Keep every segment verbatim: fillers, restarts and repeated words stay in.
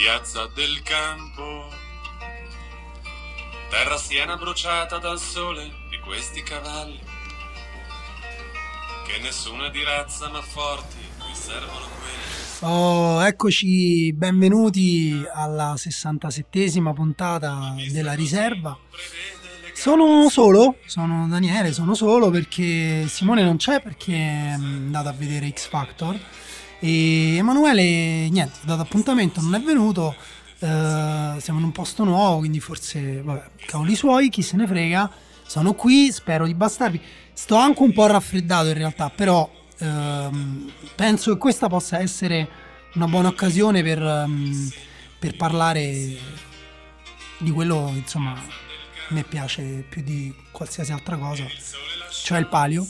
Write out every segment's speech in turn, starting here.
piazza del campo, terra siena bruciata dal sole di questi cavalli, che nessuna di razza ma forti, qui servono quelli. Oh, eccoci, benvenuti alla sessantasettesima puntata della riserva. Sono solo, sono Daniele, sono solo perché Simone non c'è, perché è andato a vedere X Factor e Emanuele, niente, ha dato appuntamento, non è venuto. Uh, siamo in un posto nuovo, quindi forse, vabbè, cavoli suoi, chi se ne frega. Sono qui, spero di bastarvi. Sto anche un po' raffreddato in realtà, però uh, penso che questa possa essere una buona occasione per, um, per parlare di quello che insomma a me piace più di qualsiasi altra cosa, cioè il palio.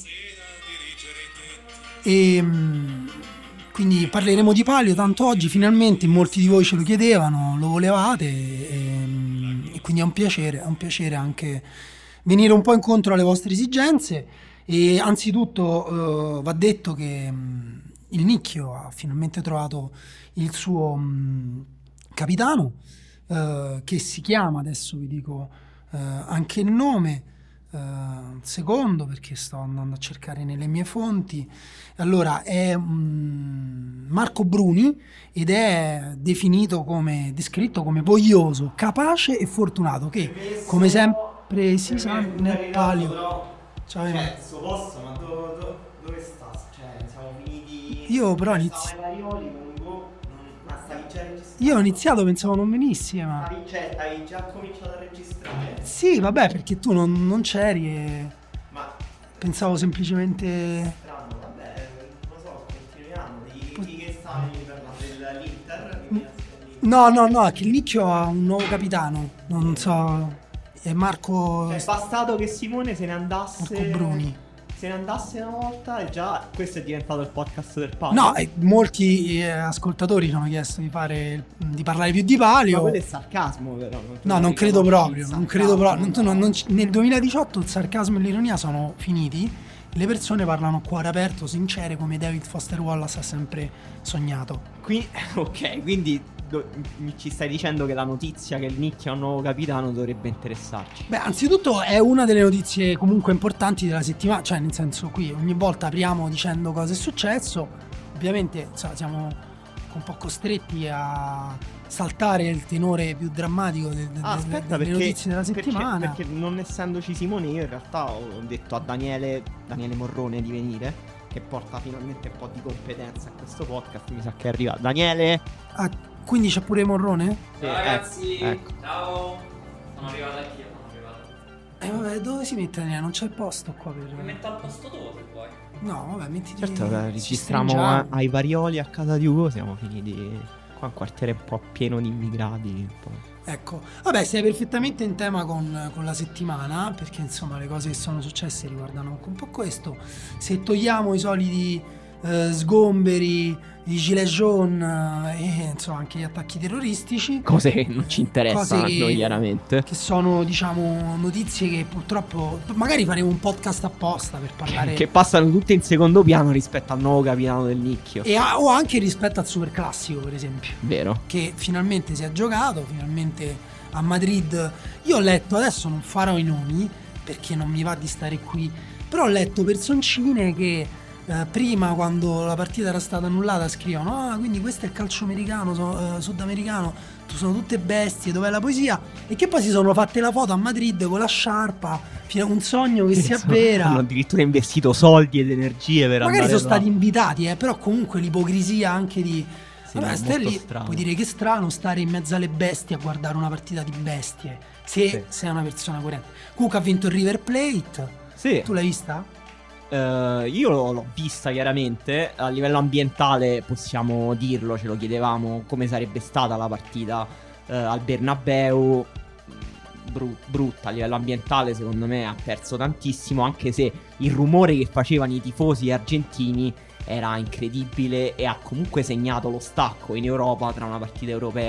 E um, quindi parleremo di palio, tanto oggi finalmente molti di voi ce lo chiedevano, lo volevate e, e quindi è un piacere, è un piacere anche venire un po' incontro alle vostre esigenze. E anzitutto uh, va detto che um, il Nicchio ha finalmente trovato il suo um, capitano, uh, che si chiama, adesso vi dico uh, anche il nome, Uh, secondo, perché sto andando a cercare nelle mie fonti. Allora è um, Marco Bruni ed è definito come, descritto come voglioso, capace e fortunato, che come sempre si sa nel palio. Cioè, Cazzo, posso, ma do, do, dove sta? Cioè, siamo finiti. Io però inizi... Ma stavi già registrando? Io ho iniziato, pensavo non venissi, ma Stavi, cioè, stavi già cominciato a registrare? sì, vabbè, perché tu non, non c'eri e Ma pensavo semplicemente... strano, vabbè, non lo so, continuiamo. Di, di che stavi parlando? Dell'Inter? Di No, no, no, è che il Nicchio ha un nuovo capitano, non so, è Marco... Cioè, è bastato che Simone se ne andasse. Marco Bruni. Se ne andasse una volta e già questo è diventato il podcast del palio. No, eh, molti eh, ascoltatori ci hanno chiesto di fare di parlare più di palio. Ma quello è sarcasmo, però. Non no, non credo proprio, non credo proprio. Non, non, non, nel duemiladiciotto il sarcasmo e l'ironia sono finiti. Le persone parlano a cuore aperto, sincere, come David Foster Wallace ha sempre sognato. Qui, ok, quindi do, ci stai dicendo che la notizia che il Nicchio ha un nuovo capitano dovrebbe interessarci. Beh, anzitutto è una delle notizie comunque importanti della settimana, cioè nel senso, qui ogni volta apriamo dicendo cosa è successo. Ovviamente insomma, siamo un po' costretti a saltare il tenore più drammatico de, de, ah, aspetta, delle perché, notizie della settimana. Perché, perché non essendoci Simone, io in realtà ho detto a Daniele Daniele Morrone di venire, che porta finalmente un po' di competenza a questo podcast. Mi sa che è arrivato Daniele. Ah, quindi c'è pure Morrone? Sì, ciao ragazzi, ecco, ecco. Ciao, sono arrivato anch'io, sono arrivato. Eh vabbè, dove si mette Daniele? Non c'è posto qua per... Mi metto al posto tuo se vuoi. No, vabbè, mettiti... Certo, ci registriamo stringiamo. ai Varioli a casa di Ugo, siamo finiti qua un quartiere un po' pieno di immigrati. Un po'. Ecco, vabbè, sei perfettamente in tema con, con la settimana, perché insomma le cose che sono successe riguardano anche un po' questo. Se togliamo i soliti eh, sgomberi, i gilet jaune eh, e insomma anche gli attacchi terroristici, Cose che non ci interessano a cose noi, chiaramente. che sono, diciamo, notizie che purtroppo magari faremo un podcast apposta per parlare, Che passano tutte in secondo piano rispetto al nuovo capitano del Nicchio. e a- o anche rispetto al Superclassico, per esempio, Vero. che finalmente si è giocato, finalmente a Madrid. Io ho letto, adesso non farò i nomi perché non mi va di stare qui, però ho letto personcine che eh, prima, quando la partita era stata annullata, scrivono: ah, quindi questo è il calcio americano, so, eh, sudamericano, sono tutte bestie, dov'è la poesia? E che poi si sono fatte la foto a Madrid con la sciarpa, fino a un sogno che si avvera. Hanno addirittura investito soldi ed energie per Magari andare sono là. stati invitati, eh, però comunque l'ipocrisia anche di... Sì, Vabbè, è stai molto lì, strano. puoi dire che è strano stare in mezzo alle bestie a guardare una partita di bestie, se Sì. sei una persona coerente. Comunque ha vinto il River Plate, Sì. tu l'hai vista? Eh, io l'ho vista chiaramente. A livello ambientale possiamo dirlo, ce lo chiedevamo, come sarebbe stata la partita eh, al Bernabeu. Bru- brutta a livello ambientale, secondo me ha perso tantissimo, anche se il rumore che facevano i tifosi argentini era incredibile e ha comunque segnato lo stacco in Europa tra una partita europea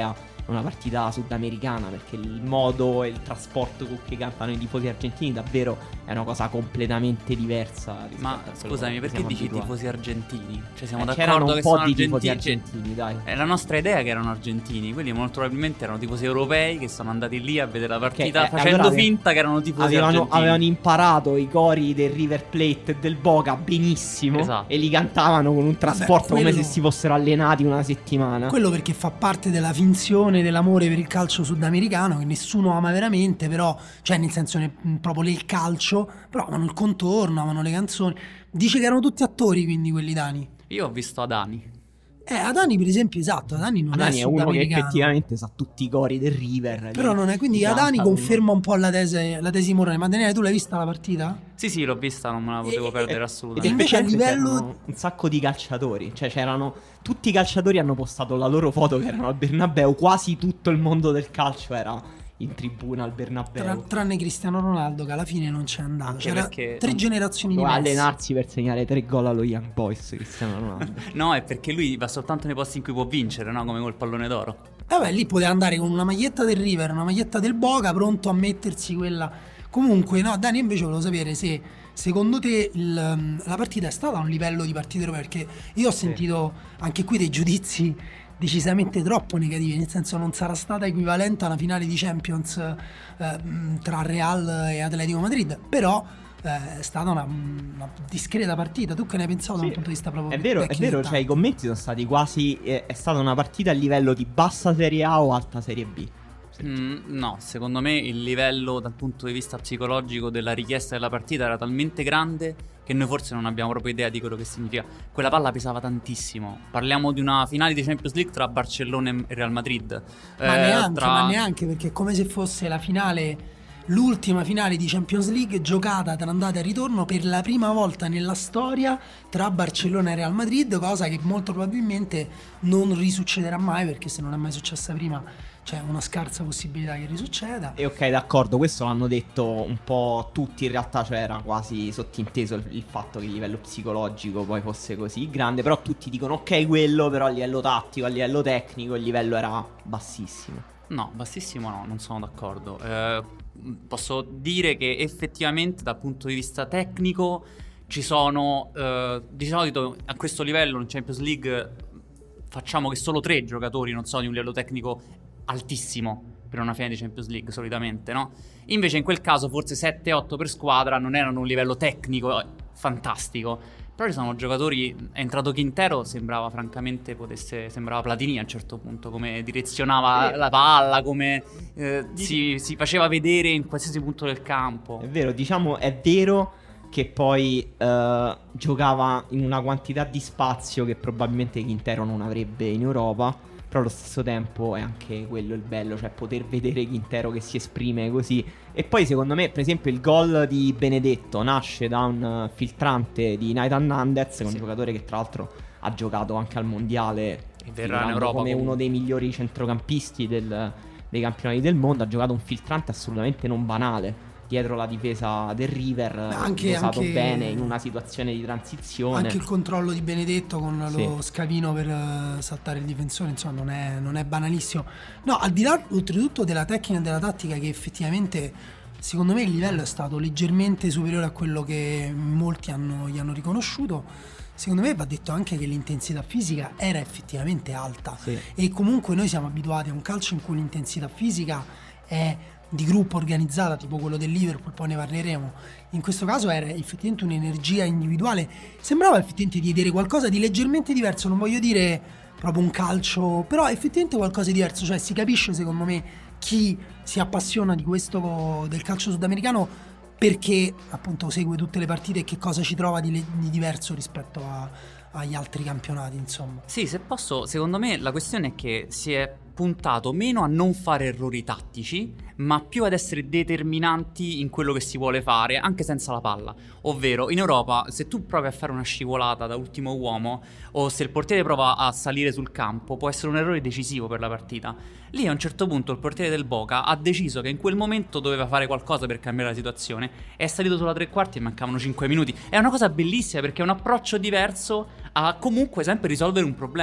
una partita sudamericana, perché il modo e il trasporto con cui cantano i tifosi argentini davvero è una cosa completamente diversa rispetto Ma a quello scusami, che perché siamo dici abituati. tifosi argentini? Cioè siamo Eh, c'erano d'accordo un che po' sono di tifosi argentini? argentini, dai. È la nostra idea che erano argentini, quelli molto probabilmente erano tifosi europei che sono andati lì a vedere la partita Che, eh, facendo allora ave- finta che erano tifosi Avevano, argentini. avevano imparato i cori del River Plate e del Boca benissimo, Esatto. e li cantavano con un trasporto come quello- se si fossero allenati una settimana. Quello perché fa parte della finzione dell'amore per il calcio sudamericano, che nessuno ama veramente, però, cioè nel senso ne- proprio nel calcio, però amano il contorno, amano le canzoni. Dice che erano tutti attori, quindi quelli Dani. Io ho visto Adani. Eh, Adani per esempio, esatto, Adani non Adani è è uno che sudamericano. effettivamente sa tutti i cori del River. Però li- non è, quindi li Adani canta conferma un po' la tesi, la tesi morale. Ma Daniele, tu l'hai vista la partita? Sì, sì, l'ho vista, non me la potevo E- perdere Ed assolutamente. invece a effettivamente livello- c'erano un sacco di calciatori, cioè c'erano tutti i calciatori hanno postato la loro foto che erano al Bernabeu, quasi tutto il mondo del calcio era in tribuna al Bernabeu. Tra- tranne Cristiano Ronaldo, che alla fine non c'è andato. Anche C'era perché tre non- generazioni Doveva diverse. allenarsi per segnare tre gol allo Young Boys, Cristiano Ronaldo. No, è perché lui va soltanto nei posti in cui può vincere, no? Come col pallone d'oro. Eh beh, lì poteva andare con una maglietta del River, una maglietta del Boca, pronto a mettersi quella. Comunque, no, Dani, invece volevo sapere se secondo te il- la partita è stata a un livello di partita europea, perché io ho sentito anche qui dei giudizi decisamente troppo negativi, nel senso non sarà stata equivalente a una finale di Champions eh, mh, tra Real e Atletico Madrid, però eh, è stata una, una discreta partita. Tu che ne hai pensato da un Sì, punto di vista proprio È vero, è tecnico e vero, cioè i tattico? commenti sono stati quasi eh, è stata una partita a livello di bassa Serie A o alta Serie B. Mm, no, secondo me il livello dal punto di vista psicologico della richiesta della partita era talmente grande che noi forse non abbiamo proprio idea di quello che significa. Quella palla pesava tantissimo. Parliamo di una finale di Champions League tra Barcellona e Real Madrid. Ma Eh, neanche, tra- ma neanche, perché è come se fosse la finale, l'ultima finale di Champions League giocata tra andata e ritorno per la prima volta nella storia tra Barcellona e Real Madrid, cosa che molto probabilmente non risuccederà mai, perché se non è mai successa prima c'è una scarsa possibilità che risucceda. E ok, d'accordo, questo l'hanno detto un po' tutti, in realtà, cioè era quasi sottinteso il, il fatto che il livello psicologico poi fosse così grande, però tutti dicono ok quello, però a livello tattico, a livello tecnico il livello era bassissimo. No, bassissimo no, non sono d'accordo. Eh, posso dire che effettivamente dal punto di vista tecnico ci sono, eh, di solito a questo livello in Champions League facciamo che solo tre giocatori non sono di un livello tecnico altissimo per una finale di Champions League solitamente, no? Invece in quel caso forse sette otto per squadra non erano un livello tecnico fantastico. Però ci sono giocatori, è entrato Quintero, sembrava francamente potesse, sembrava Platini a un certo punto, come direzionava Sì. la palla, come eh, si, si faceva vedere in qualsiasi punto del campo. È vero, diciamo è vero che poi eh, giocava in una quantità di spazio che probabilmente Quintero non avrebbe in Europa, però allo stesso tempo è anche quello il bello, cioè poter vedere Quintero che si esprime così. E poi secondo me, per esempio, il gol di Benedetto nasce da un eh, filtrante di Nathan Nandez, che è un Sì. giocatore che tra l'altro ha giocato anche al mondiale E verrà in figurando Europa come comunque. uno dei migliori centrocampisti del- dei campionati del mondo. Ha giocato un filtrante assolutamente non banale dietro la difesa del River, Anche- usato anche- bene in una situazione di transizione. Anche il controllo di Benedetto con lo Sì. scavino per eh, saltare il difensore, insomma, non è, non è banalissimo. No, al di là oltretutto della tecnica e della tattica, che effettivamente secondo me il livello è stato leggermente superiore a quello che molti hanno, gli hanno riconosciuto. Secondo me va detto anche che l'intensità fisica era effettivamente alta. Sì. E comunque noi siamo abituati a un calcio in cui l'intensità fisica è di gruppo, organizzata, tipo quello del Liverpool, poi ne parleremo. In questo caso era effettivamente un'energia individuale, sembrava effettivamente di vedere qualcosa di leggermente diverso, non voglio dire proprio un calcio, però effettivamente qualcosa di diverso, cioè si capisce secondo me chi si appassiona di questo, del calcio sudamericano, perché appunto segue tutte le partite e che cosa ci trova di, le- di diverso rispetto a- agli altri campionati, insomma. Sì, se posso, secondo me la questione è che si è puntato meno a non fare errori tattici, ma più ad essere determinanti in quello che si vuole fare, anche senza la palla. Ovvero, in Europa, se tu provi a fare una scivolata da ultimo uomo, o se il portiere prova a salire sul campo, può essere un errore decisivo per la partita. Lì a un certo punto il portiere del Boca ha deciso che in quel momento doveva fare qualcosa per cambiare la situazione, è salito sulla tre quarti e mancavano cinque minuti. È una cosa bellissima perché è un approccio diverso a comunque sempre risolvere un problema.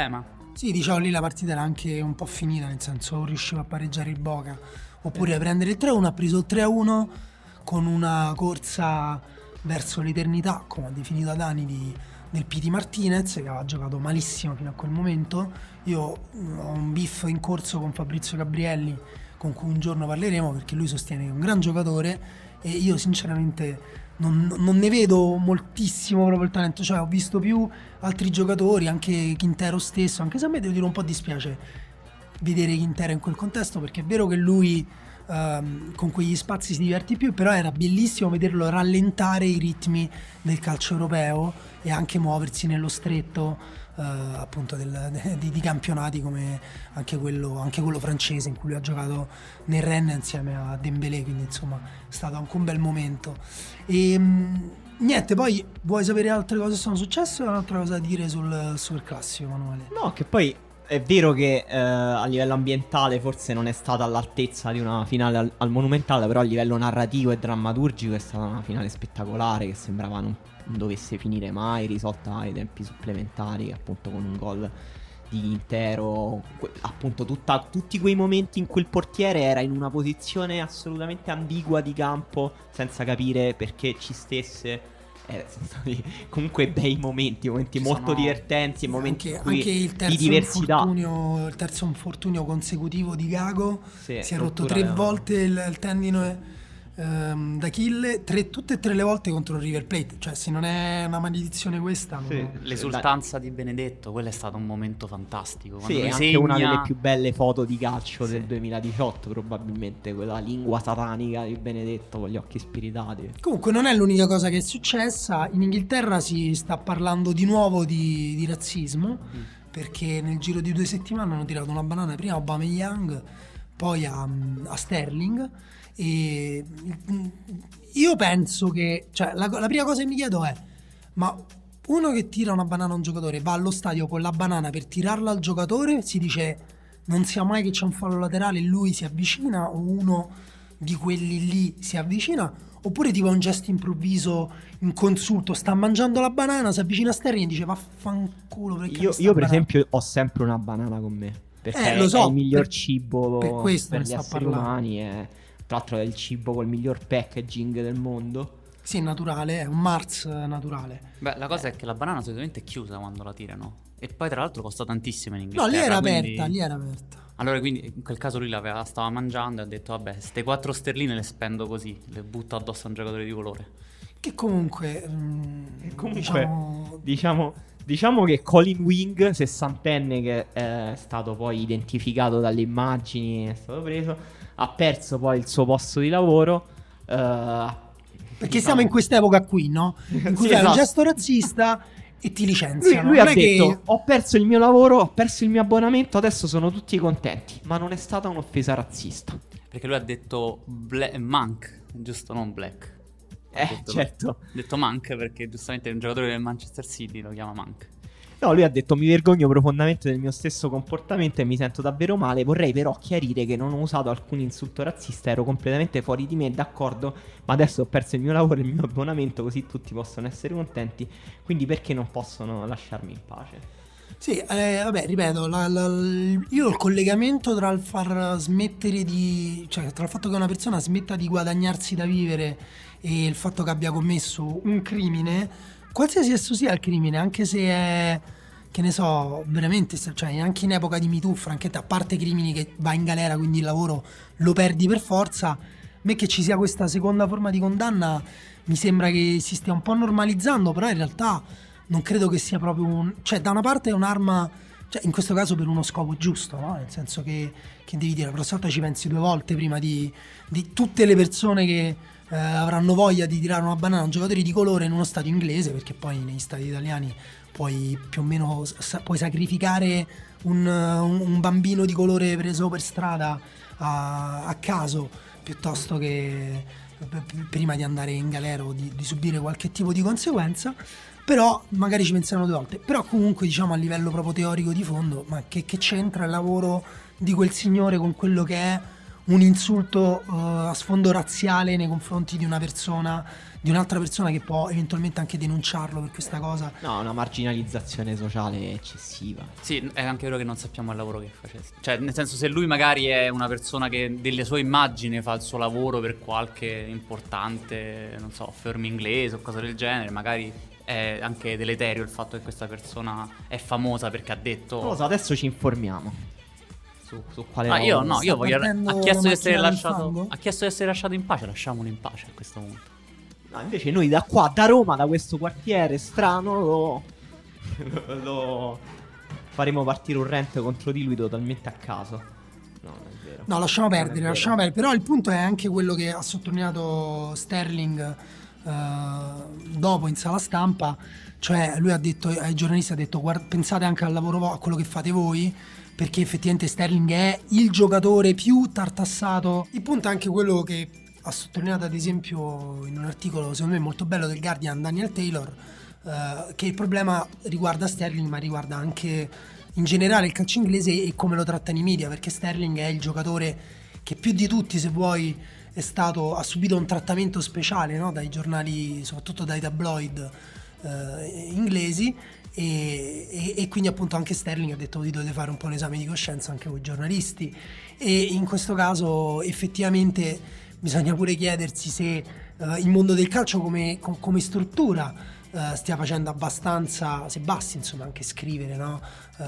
Sì, diciamo lì la partita era anche un po' finita, nel senso o riusciva a pareggiare il Boca oppure a prendere il tre a uno. Ha preso il tre a uno con una corsa verso l'eternità, come ha definito Dani, di, del Piti Martinez, che aveva giocato malissimo fino a quel momento. Io ho un beef in corso con Fabrizio Gabrielli, con cui un giorno parleremo, perché lui sostiene che è un gran giocatore e io sinceramente non, non ne vedo moltissimo proprio il talento. Cioè ho visto più altri giocatori, anche Quintero stesso, anche se a me devo dire un po' dispiace vedere Quintero in quel contesto, perché è vero che lui ehm, con quegli spazi si diverte più, però era bellissimo vederlo rallentare i ritmi del calcio europeo e anche muoversi nello stretto Uh, appunto del, de, di, di campionati come anche quello, anche quello francese, in cui lui ha giocato nel Rennes insieme a Dembélé, quindi insomma è stato anche un bel momento. E mh, niente, poi vuoi sapere altre cose che sono successe o un'altra cosa da dire sul Superclassico, Emanuele? No, che poi è vero che eh, a livello ambientale forse non è stata all'altezza di una finale al, al Monumentale, però a livello narrativo e drammaturgico è stata una finale spettacolare che sembrava non dovesse finire mai, risolta ai tempi supplementari, appunto con un gol di Quintero, appunto tutta, tutti quei momenti in cui il portiere era in una posizione assolutamente ambigua di campo senza capire perché ci stesse. Eh, sono stati comunque bei momenti, momenti Ci molto sono- divertenti, momenti Anche, in cui anche il di terzo diversità. infortunio, il terzo infortunio consecutivo di Gago, Sì, si è rotto rottura tre del- volte il, il tendine ehm, d'Achille, tre, tutte e tre le volte contro il River Plate. Cioè, se non è una maledizione questa, Sì. no. L'esultanza di Benedetto, quello è stato un momento fantastico. Quando Sì, è lui anche segna- una delle più belle foto di calcio Sì. del duemiladiciotto, probabilmente, quella lingua satanica di Benedetto con gli occhi spiritati. Comunque non è l'unica cosa che è successa. In Inghilterra si sta parlando di nuovo di, di razzismo, perché nel giro di due settimane hanno tirato una banana prima a Aubameyang, poi a, a Sterling. E io penso che, cioè, la, la prima cosa che mi chiedo è: ma uno che tira una banana a un giocatore va allo stadio con la banana per tirarla al giocatore, si dice non sia mai che c'è un fallo laterale e lui si avvicina, o uno di quelli lì si avvicina, oppure tipo un gesto improvviso, inconsulto, sta mangiando la banana, si avvicina a Sterling e dice vaffanculo, perché Io, mi sta io per banana? esempio ho sempre una banana con me, perché Eh, lo so, è il miglior per- cibo per questo per ne gli sto esseri parlando. umani, è, tra l'altro è il cibo col miglior packaging del mondo. Sì, è naturale, è un Mars naturale. Beh, la cosa è che la banana solitamente è chiusa quando la tirano. E poi tra l'altro costa tantissimo in No, Inghilterra. lì era quindi- aperta, lì era aperta. Allora quindi in quel caso lui l'aveva, stava mangiando e ha detto vabbè, ste quattro sterline le spendo così, le butto addosso a un giocatore di colore. Che comunque, mm, Comunque, diciamo, Diciamo, diciamo che Colin Wing, sessantenne, che è stato poi identificato dalle immagini, è stato preso, ha perso poi il suo posto di lavoro. eh, perché diciamo- siamo in quest'epoca qui, no? In cui Sì, fai un esatto. gesto razzista e ti Lui, licenziano. lui Non ha è detto: che- ho perso il mio lavoro, ho perso il mio abbonamento, adesso sono tutti contenti. Ma non è stata un'offesa razzista. Perché lui ha detto bla- Monk, giusto, non Black. Ha Eh, detto- certo. Ha detto Monk perché giustamente un giocatore del Manchester City lo chiama Monk. No, lui ha detto: mi vergogno profondamente del mio stesso comportamento e mi sento davvero male. Vorrei però chiarire che non ho usato alcun insulto razzista, ero completamente fuori di me, d'accordo, ma adesso ho perso il mio lavoro e il mio abbonamento, così tutti possono essere contenti. Quindi perché non possono lasciarmi in pace? Sì, eh, vabbè, ripeto, la- la- l- io il collegamento tra il far smettere di, cioè tra il fatto che una persona smetta di guadagnarsi da vivere e il fatto che abbia commesso un crimine, qualsiasi esso sia il crimine, anche se è, che ne so, veramente, cioè anche in epoca di Me Too, francamente, a parte crimini che va in galera, quindi il lavoro lo perdi per forza, a me che ci sia questa seconda forma di condanna mi sembra che si stia un po' normalizzando, però in realtà non credo che sia proprio un... cioè da una parte è un'arma, cioè in questo caso per uno scopo giusto, no? Nel senso che, che devi dire, la prossima volta ci pensi due volte prima di, di tutte le persone che eh, avranno voglia di tirare una banana a un giocatore di colore in uno stadio inglese, perché poi negli stadi italiani puoi più o meno sa- puoi sacrificare un, un- un bambino di colore preso per strada a, a caso piuttosto che p- p- prima di andare in galera o di, di subire qualche tipo di conseguenza. Però magari ci penseranno due volte. Però comunque, diciamo, a livello proprio teorico di fondo, ma che, che c'entra il lavoro di quel signore con quello che è un insulto eh, a sfondo razziale nei confronti di una persona di un'altra persona che può eventualmente anche denunciarlo per questa cosa. No, una marginalizzazione sociale eccessiva. Sì, è anche vero che non sappiamo il lavoro che facesse. Cioè, nel senso, se lui magari è una persona che delle sue immagini fa il suo lavoro per qualche importante, non so, firma inglese o cosa del genere, magari è anche deleterio il fatto che questa persona è famosa perché ha detto... Non lo so, adesso ci informiamo su, su quale Ah, io lavoro. no, io Sta voglio... partendo Ha chiesto, di essere macchina del lasciato, fango? ha chiesto di essere lasciato in pace, lasciamolo in pace a questo punto. No, invece noi da qua, da Roma, da questo quartiere strano, lo, lo faremo partire un rant contro di lui totalmente a caso. No, non è vero. No, lasciamo Non è perdere, vero. lasciamo perdere. Però il punto è anche quello che ha sottolineato Sterling eh, dopo in sala stampa. Cioè lui ha detto ai giornalisti, ha detto "Guard- pensate anche al lavoro, vo- a quello che fate voi, perché effettivamente Sterling è il giocatore più tartassato". Il punto è anche quello che ha sottolineato ad esempio in un articolo secondo me molto bello del Guardian Daniel Taylor, eh, che il problema riguarda Sterling ma riguarda anche in generale il calcio inglese e come lo trattano i media, perché Sterling è il giocatore che più di tutti, se vuoi, è stato, ha subito un trattamento speciale, no? Dai giornali, soprattutto dai tabloid eh, inglesi, e, e, e quindi appunto anche Sterling ha detto "voi dovete fare un po' un esame di coscienza anche voi giornalisti", e in questo caso effettivamente bisogna pure chiedersi se eh, il mondo del calcio come, com- come struttura eh, stia facendo abbastanza, se basti insomma anche scrivere, no? eh,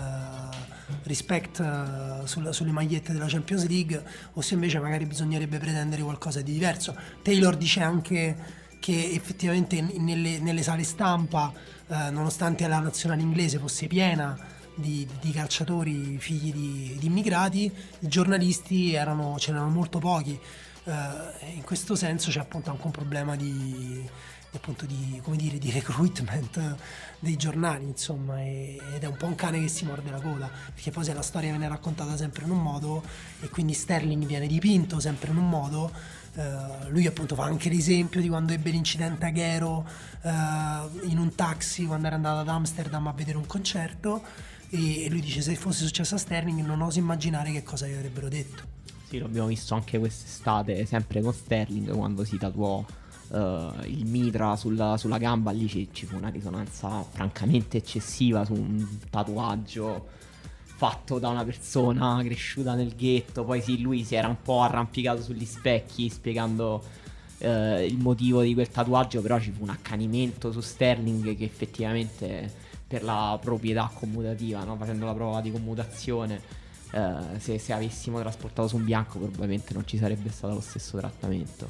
respect eh, sul- sulle magliette della Champions League, o se invece magari bisognerebbe pretendere qualcosa di diverso. Taylor dice anche che effettivamente in- nelle, nelle sale stampa, eh, nonostante la nazionale inglese fosse piena di, di calciatori figli di, di immigrati, i giornalisti erano, ce n'erano molto pochi. Eh, in questo senso c'è appunto anche un problema di, appunto di, come dire, di recruitment dei giornali, insomma, e- ed è un po' un cane che si morde la coda, perché poi se la storia viene raccontata sempre in un modo e quindi Sterling viene dipinto sempre in un modo, eh, lui appunto fa anche l'esempio di quando ebbe l'incidente a Ghero eh, in un taxi quando era andato ad Amsterdam a vedere un concerto, e, e lui dice se fosse successo a Sterling non oso immaginare che cosa gli avrebbero detto. Sì, l'abbiamo visto anche quest'estate, sempre con Sterling, quando si tatuò eh, il mitra sulla, sulla gamba. Lì ci, ci fu una risonanza francamente eccessiva su un tatuaggio fatto da una persona cresciuta nel ghetto. Poi sì, lui si era un po' arrampicato sugli specchi spiegando eh, il motivo di quel tatuaggio, però ci fu un accanimento su Sterling che effettivamente per la proprietà commutativa, no? Facendo la prova di commutazione, Uh, se, se avessimo trasportato su un bianco probabilmente non ci sarebbe stato lo stesso trattamento.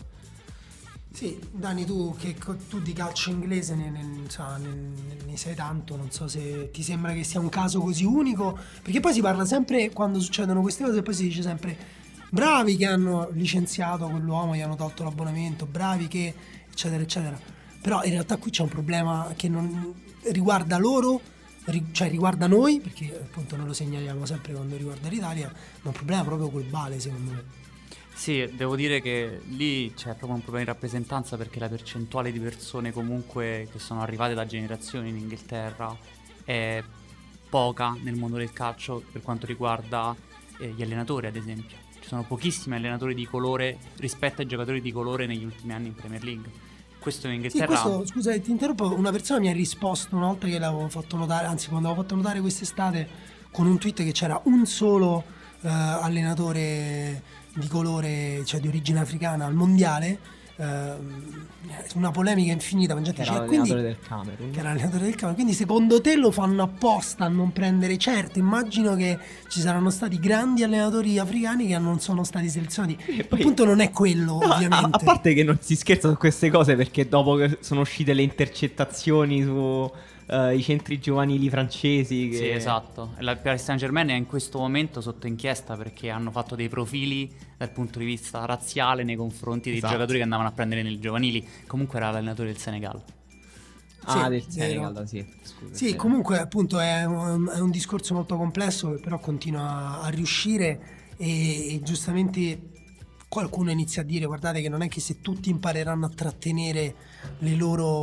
Sì, Dani, tu che co- tu di calcio inglese ne, ne, insomma, ne, ne sai tanto, non so se ti sembra che sia un caso così unico, perché poi si parla sempre, quando succedono queste cose, poi si dice sempre bravi che hanno licenziato quell'uomo, gli hanno tolto l'abbonamento, bravi che eccetera eccetera, però in realtà qui c'è un problema che non riguarda loro, ri- cioè riguarda noi, perché appunto noi lo segnaliamo sempre quando riguarda l'Italia, ma è un problema proprio globale secondo me. Sì, devo dire che lì c'è proprio un problema di rappresentanza, perché la percentuale di persone comunque che sono arrivate da generazioni in Inghilterra è poca nel mondo del calcio per quanto riguarda eh, gli allenatori, ad esempio. Ci sono pochissimi allenatori di colore rispetto ai giocatori di colore negli ultimi anni in Premier League. Questo in Sì, Inghilterra... questo, scusa, ti interrompo, una persona mi ha risposto una volta che l'avevo fatto notare, anzi quando avevo fatto notare quest'estate con un tweet che c'era un solo eh, allenatore di colore, cioè di origine africana al mondiale, eh, una polemica infinita, ma gente Che era diceva, quindi, l'allenatore del Camerun. che era allenatore del Camerun, quindi secondo te lo fanno apposta a non prendere? Certo, immagino che ci saranno stati grandi allenatori africani che non sono stati selezionati, E poi- il punto non è quello, No, a, ovviamente. a parte che non si scherza su queste cose, perché dopo che sono uscite le intercettazioni su eh, i centri giovanili francesi che... Sì, esatto. La Paris Saint-Germain è in questo momento sotto inchiesta perché hanno fatto dei profili dal punto di vista razziale nei confronti dei Esatto. giocatori che andavano a prendere nei giovanili. Comunque era l'allenatore del Senegal. Ah, Sì, del vero. Senegal, sì. Scusa, Sì, sì. comunque appunto è un, è un discorso molto complesso che però continua a riuscire e, e giustamente qualcuno inizia a dire guardate che non è che se tutti impareranno a trattenere le loro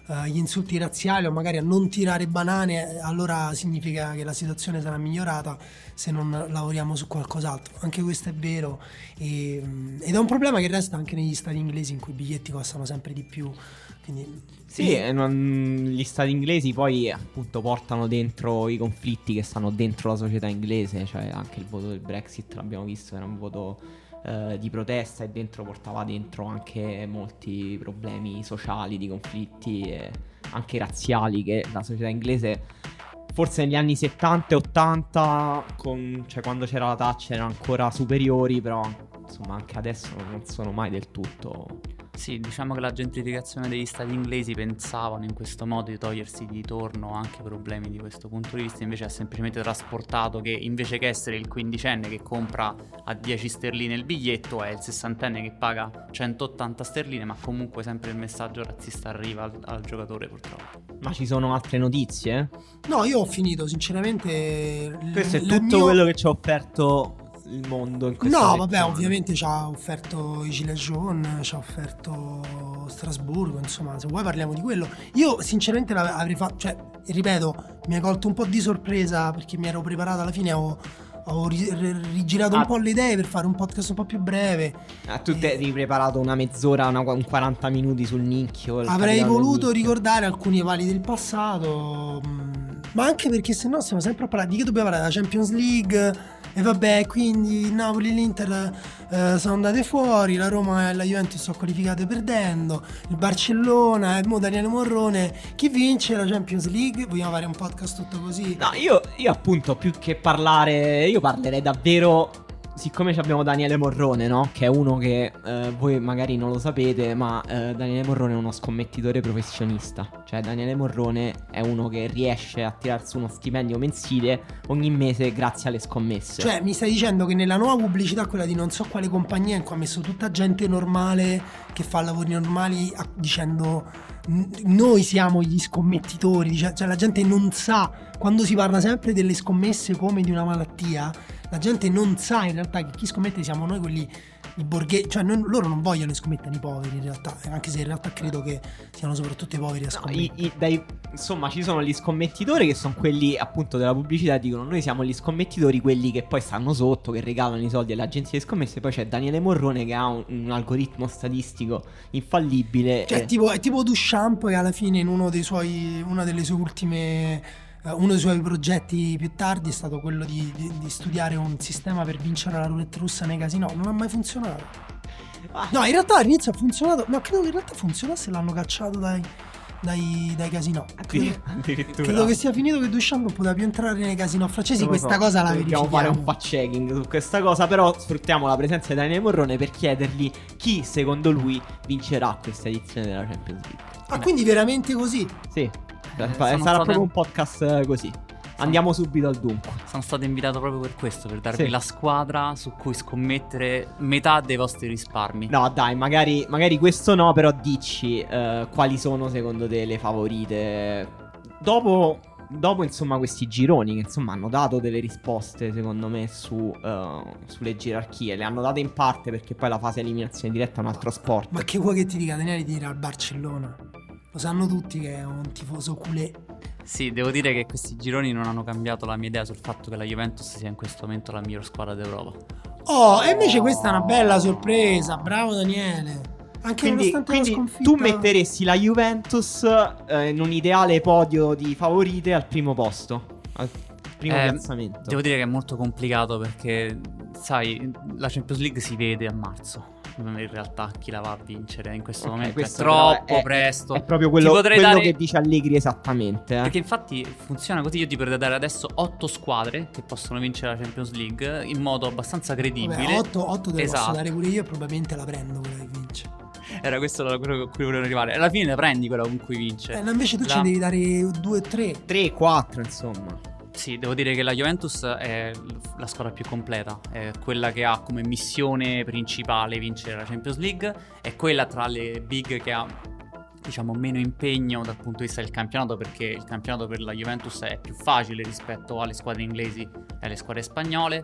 uh, gli insulti razziali o magari a non tirare banane, allora significa che la situazione sarà migliorata se non lavoriamo su qualcos'altro. Anche questo è vero, e, ed è un problema che resta anche negli stati inglesi in cui i biglietti costano sempre di più. Quindi, sì, e non, gli stati inglesi poi appunto portano dentro i conflitti che stanno dentro la società inglese, cioè anche il voto del Brexit l'abbiamo visto, era un voto eh, di protesta e dentro portava dentro anche molti problemi sociali, di conflitti e anche razziali che la società inglese forse negli anni settanta e ottanta, con, cioè quando c'era la Thatcher, erano ancora superiori, però insomma anche adesso non sono mai del tutto. Sì, diciamo che la gentrificazione degli stati inglesi pensavano in questo modo di togliersi di torno anche problemi di questo punto di vista, invece ha semplicemente trasportato che invece che essere il quindicenne che compra a dieci sterline il biglietto, è il sessantenne che paga centottanta sterline, ma comunque sempre il messaggio razzista arriva al, al giocatore, purtroppo. Ma ci sono altre notizie? No, io ho finito, sinceramente. Questo è il tutto mio... quello che ci ha offerto il mondo in questo No, settimana. vabbè, ovviamente ci ha offerto i Gilets jaunes, ci ha offerto Strasburgo, insomma, se vuoi parliamo di quello. Io sinceramente l'avrei fatto, cioè, ripeto, mi hai colto un po' di sorpresa perché mi ero preparato, alla fine ho, ho ri- rigirato Ah. un po' le idee per fare un podcast un po' più breve. Ah, tu ti eri preparato una mezz'ora, una, un quaranta minuti sul nicchio. il Avrei capitano del voluto nicchio. ricordare alcuni evali del passato, mh, ma anche perché sennò stiamo sempre a parlare di che dobbiamo parlare, della Champions League. E vabbè, quindi il Napoli e l'Inter eh, sono andate fuori, la Roma e la Juventus sono qualificate perdendo, il Barcellona e mo Daniele Morrone. Chi vince la Champions League? Vogliamo fare un podcast tutto così? No, io, io appunto più che parlare, io parlerei davvero, siccome abbiamo Daniele Morrone, no? Che è uno che eh, voi magari non lo sapete, ma eh, Daniele Morrone è uno scommettitore professionista. Cioè Daniele Morrone è uno che riesce a tirarsi uno stipendio mensile ogni mese grazie alle scommesse. Cioè mi stai dicendo che nella nuova pubblicità, quella di non so quale compagnia, in cui ha messo tutta gente normale che fa lavori normali a- dicendo "N- noi siamo gli scommettitori", dice- cioè la gente non sa, quando si parla sempre delle scommesse come di una malattia, la gente non sa in realtà che chi scommette siamo noi, quelli i borghesi, cioè noi- loro non vogliono scommettere i poveri in realtà, anche se in realtà credo che siano soprattutto i poveri a No, scommettere. i- i- dai- insomma, ci sono gli scommettitori che sono quelli appunto della pubblicità, dicono noi siamo gli scommettitori, quelli che poi stanno sotto, che regalano i soldi alle agenzie di scommesse. Poi c'è Daniele Morrone che ha un, un algoritmo statistico infallibile. Cioè, e- tipo, è tipo Duchamp che alla fine in uno dei suoi, una delle sue ultime, eh, uno dei suoi progetti più tardi è stato quello di, di- di studiare un sistema per vincere la roulette russa nei casinò. Non ha mai funzionato. Ah, No, in realtà all'inizio ha funzionato. No, credo che in realtà funzionasse, l'hanno cacciato dai, dai, dai casinò. Credo, addirittura. credo che sia finito che Duchamp non poteva più entrare nei casinò francesi. Non lo Questa so, cosa la dobbiamo fare un verifichiamo. fact checking su questa cosa, però sfruttiamo la presenza di Daniele Morrone per chiedergli chi secondo lui vincerà questa edizione della Champions League. Ah, quindi veramente così? Sì, sarà sono proprio state- un podcast eh, così. Andiamo subito al dunque. Sono stato invitato proprio per questo, per darvi Sì. la squadra su cui scommettere metà dei vostri risparmi. No, dai, magari, magari questo no, però dici eh, quali sono secondo te le favorite. Dopo, dopo insomma questi gironi che insomma hanno dato delle risposte secondo me su, eh, sulle gerarchie. Le hanno date in parte perché poi la fase eliminazione diretta è un altro sport. Ma che vuoi che ti dica? Daniele tira al Barcellona. Lo sanno tutti che è un tifoso culé. Sì, devo dire che questi gironi non hanno cambiato la mia idea sul fatto che la Juventus sia in questo momento la miglior squadra d'Europa. Oh, e invece questa è una bella sorpresa. Bravo Daniele. Anche Quindi, nonostante quindi la sconfitta. tu metteresti la Juventus eh, in un ideale podio di favorite al primo posto, al primo Eh, piazzamento. Devo dire che è molto complicato perché, sai, la Champions League si vede a marzo. In realtà chi la va a vincere in questo Ok, momento è questo però troppo è- presto. È proprio quello, Ti potrei quello dare- che dice Allegri esattamente. eh. Perché infatti funziona così, io ti potrei dare adesso otto squadre che possono vincere la Champions League in modo abbastanza credibile. Vabbè, otto, otto te le posso Esatto. dare pure io e probabilmente la prendo quella che vince. Era questo quello a cui volevo arrivare. Alla fine la prendi quella con cui vince. Eh, no, invece tu La- ce ne devi dare due o tre. tre quattro insomma. Sì, devo dire che la Juventus è l- la squadra più completa, è quella che ha come missione principale vincere la Champions League, è quella tra le big che ha, diciamo, meno impegno dal punto di vista del campionato, perché il campionato per la Juventus è più facile rispetto alle squadre inglesi e alle squadre spagnole,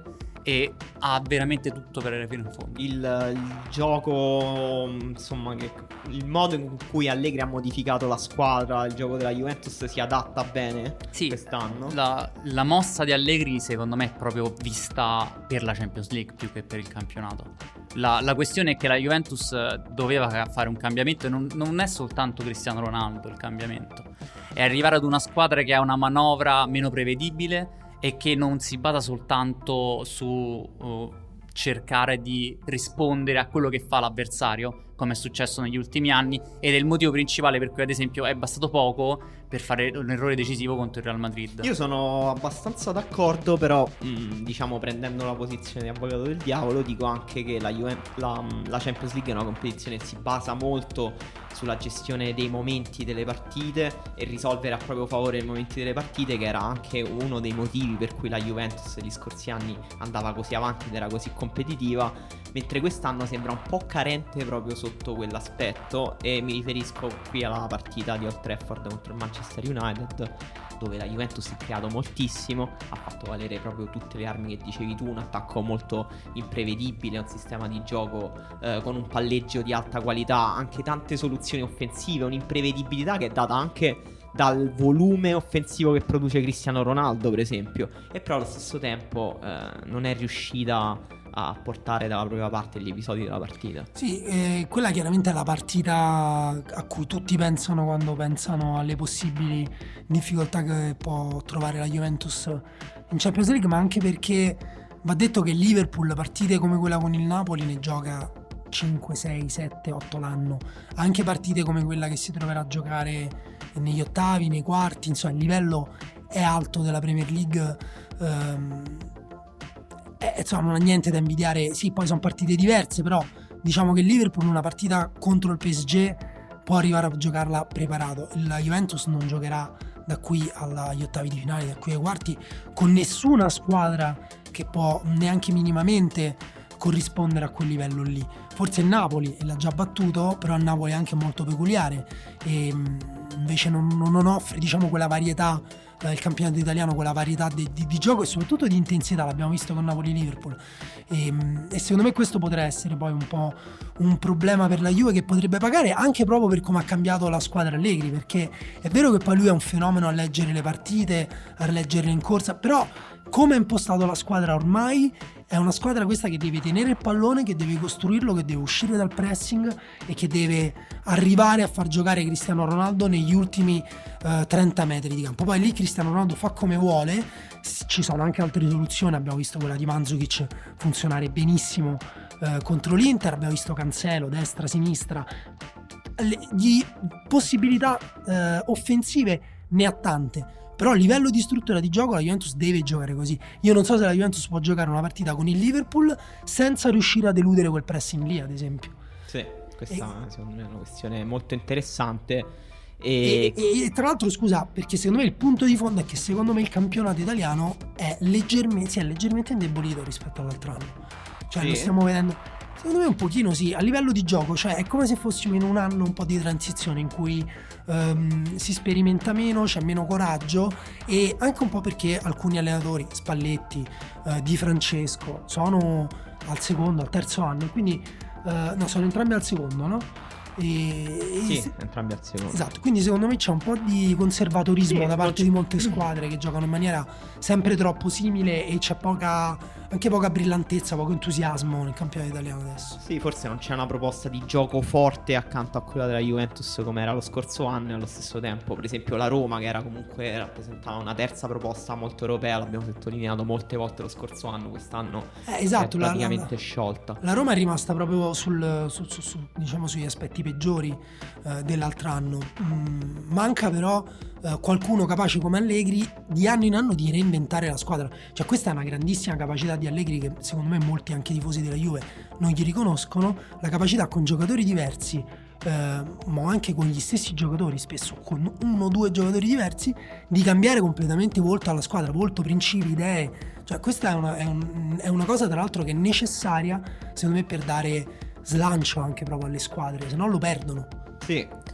e ha veramente tutto per arrivare fino in fondo. Il, il gioco, insomma, che, il modo in cui Allegri ha modificato la squadra, il gioco della Juventus si adatta bene Sì, quest'anno. La, la mossa di Allegri secondo me è proprio vista per la Champions League più che per il campionato. La, la questione è che la Juventus doveva fare un cambiamento e non, non è soltanto Cristiano Ronaldo il cambiamento, è arrivare ad una squadra che ha una manovra meno prevedibile e che non si basa soltanto su uh, cercare di rispondere a quello che fa l'avversario, come è successo negli ultimi anni, ed è il motivo principale per cui ad esempio è bastato poco per fare un errore decisivo contro il Real Madrid. Io sono abbastanza d'accordo, però mh, diciamo, prendendo la posizione di avvocato del diavolo, dico anche che la, Juve- la, la Champions League è una competizione che si basa molto sulla gestione dei momenti delle partite e risolvere a proprio favore i momenti delle partite, che era anche uno dei motivi per cui la Juventus negli scorsi anni andava così avanti ed era così competitiva, mentre quest'anno sembra un po' carente proprio sotto quell'aspetto, e mi riferisco qui alla partita di Old Trafford contro il Manchester United, dove la Juventus si è creato moltissimo, ha fatto valere proprio tutte le armi che dicevi tu, un attacco molto imprevedibile, un sistema di gioco eh, con un palleggio di alta qualità, anche tante soluzioni offensive, un'imprevedibilità che è data anche dal volume offensivo che produce Cristiano Ronaldo, per esempio, e però allo stesso tempo eh, non è riuscita a portare dalla propria parte gli episodi della partita. Sì, eh, quella chiaramente è la partita a cui tutti pensano quando pensano alle possibili difficoltà che può trovare la Juventus in Champions League, ma anche perché va detto che il Liverpool partite come quella con il Napoli ne gioca cinque, sei, sette, otto l'anno, anche partite come quella che si troverà a giocare negli ottavi, nei quarti, insomma il livello è alto della Premier League. ehm, Eh, insomma non ha niente da invidiare. Sì, poi sono partite diverse, però diciamo che il Liverpool una partita contro il P S G può arrivare a giocarla preparato. La Juventus non giocherà da qui agli ottavi di finale, da qui ai quarti, con nessuna squadra che può neanche minimamente corrispondere a quel livello lì. Forse il Napoli l'ha già battuto, però il Napoli è anche molto peculiare e invece non, non offre, diciamo, quella varietà, il campionato italiano, quella varietà di, di, di gioco e soprattutto di intensità, l'abbiamo visto con Napoli-Liverpool, e, e secondo me questo potrebbe essere poi un po' un problema per la Juve, che potrebbe pagare anche proprio per come ha cambiato la squadra Allegri, perché è vero che poi lui è un fenomeno a leggere le partite, a leggerle in corsa, però come ha impostato la squadra ormai è una squadra questa che deve tenere il pallone, che deve costruirlo, che deve uscire dal pressing e che deve arrivare a far giocare Cristiano Ronaldo negli ultimi uh, trenta metri di campo. Poi lì Cristiano Ronaldo fa come vuole, ci sono anche altre soluzioni, abbiamo visto quella di Mandzukic funzionare benissimo uh, contro l'Inter, abbiamo visto Cancelo destra, sinistra, le, di possibilità uh, offensive ne ha tante. Però a livello di struttura di gioco la Juventus deve giocare così. Io non so se la Juventus può giocare una partita con il Liverpool senza riuscire ad eludere quel pressing lì, ad esempio. Sì, questa e, secondo me è una questione molto interessante. E, e, e tra l'altro, scusa, perché secondo me il punto di fondo è che secondo me il campionato italiano è leggermente, si è leggermente indebolito rispetto all'altro anno. Cioè, sì, lo stiamo vedendo... Secondo me un pochino sì, a livello di gioco, cioè è come se fossimo in un anno un po' di transizione in cui um, si sperimenta meno, c'è meno coraggio, e anche un po' perché alcuni allenatori, Spalletti, uh, Di Francesco, sono al secondo, al terzo anno, quindi uh, no, sono entrambi al secondo, no? E, sì, e, entrambi al secondo. Esatto, quindi secondo me c'è un po' di conservatorismo, sì, da parte di molte squadre che giocano in maniera sempre troppo simile e c'è poca, anche poca brillantezza, poco entusiasmo nel campionato italiano adesso. Sì, forse non c'è una proposta di gioco forte accanto a quella della Juventus come era lo scorso anno, e allo stesso tempo per esempio la Roma, che era comunque rappresentava una terza proposta molto europea, l'abbiamo sottolineato molte volte lo scorso anno, quest'anno eh, esatto, è praticamente la, la, sciolta. La Roma è rimasta proprio sul, su, su, su, diciamo sugli aspetti peggiori eh, dell'altro anno. Mm, manca però eh, qualcuno capace come Allegri di anno in anno di reinventare la squadra. Cioè questa è una grandissima capacità di Allegri che secondo me molti anche tifosi della Juve non gli riconoscono, la capacità con giocatori diversi, eh, ma anche con gli stessi giocatori, spesso con uno o due giocatori diversi, di cambiare completamente volto alla squadra, volto, principi, idee. Cioè questa è una, è, un, è una cosa tra l'altro che è necessaria secondo me per dare slancio anche proprio alle squadre, se no lo perdono. Sì,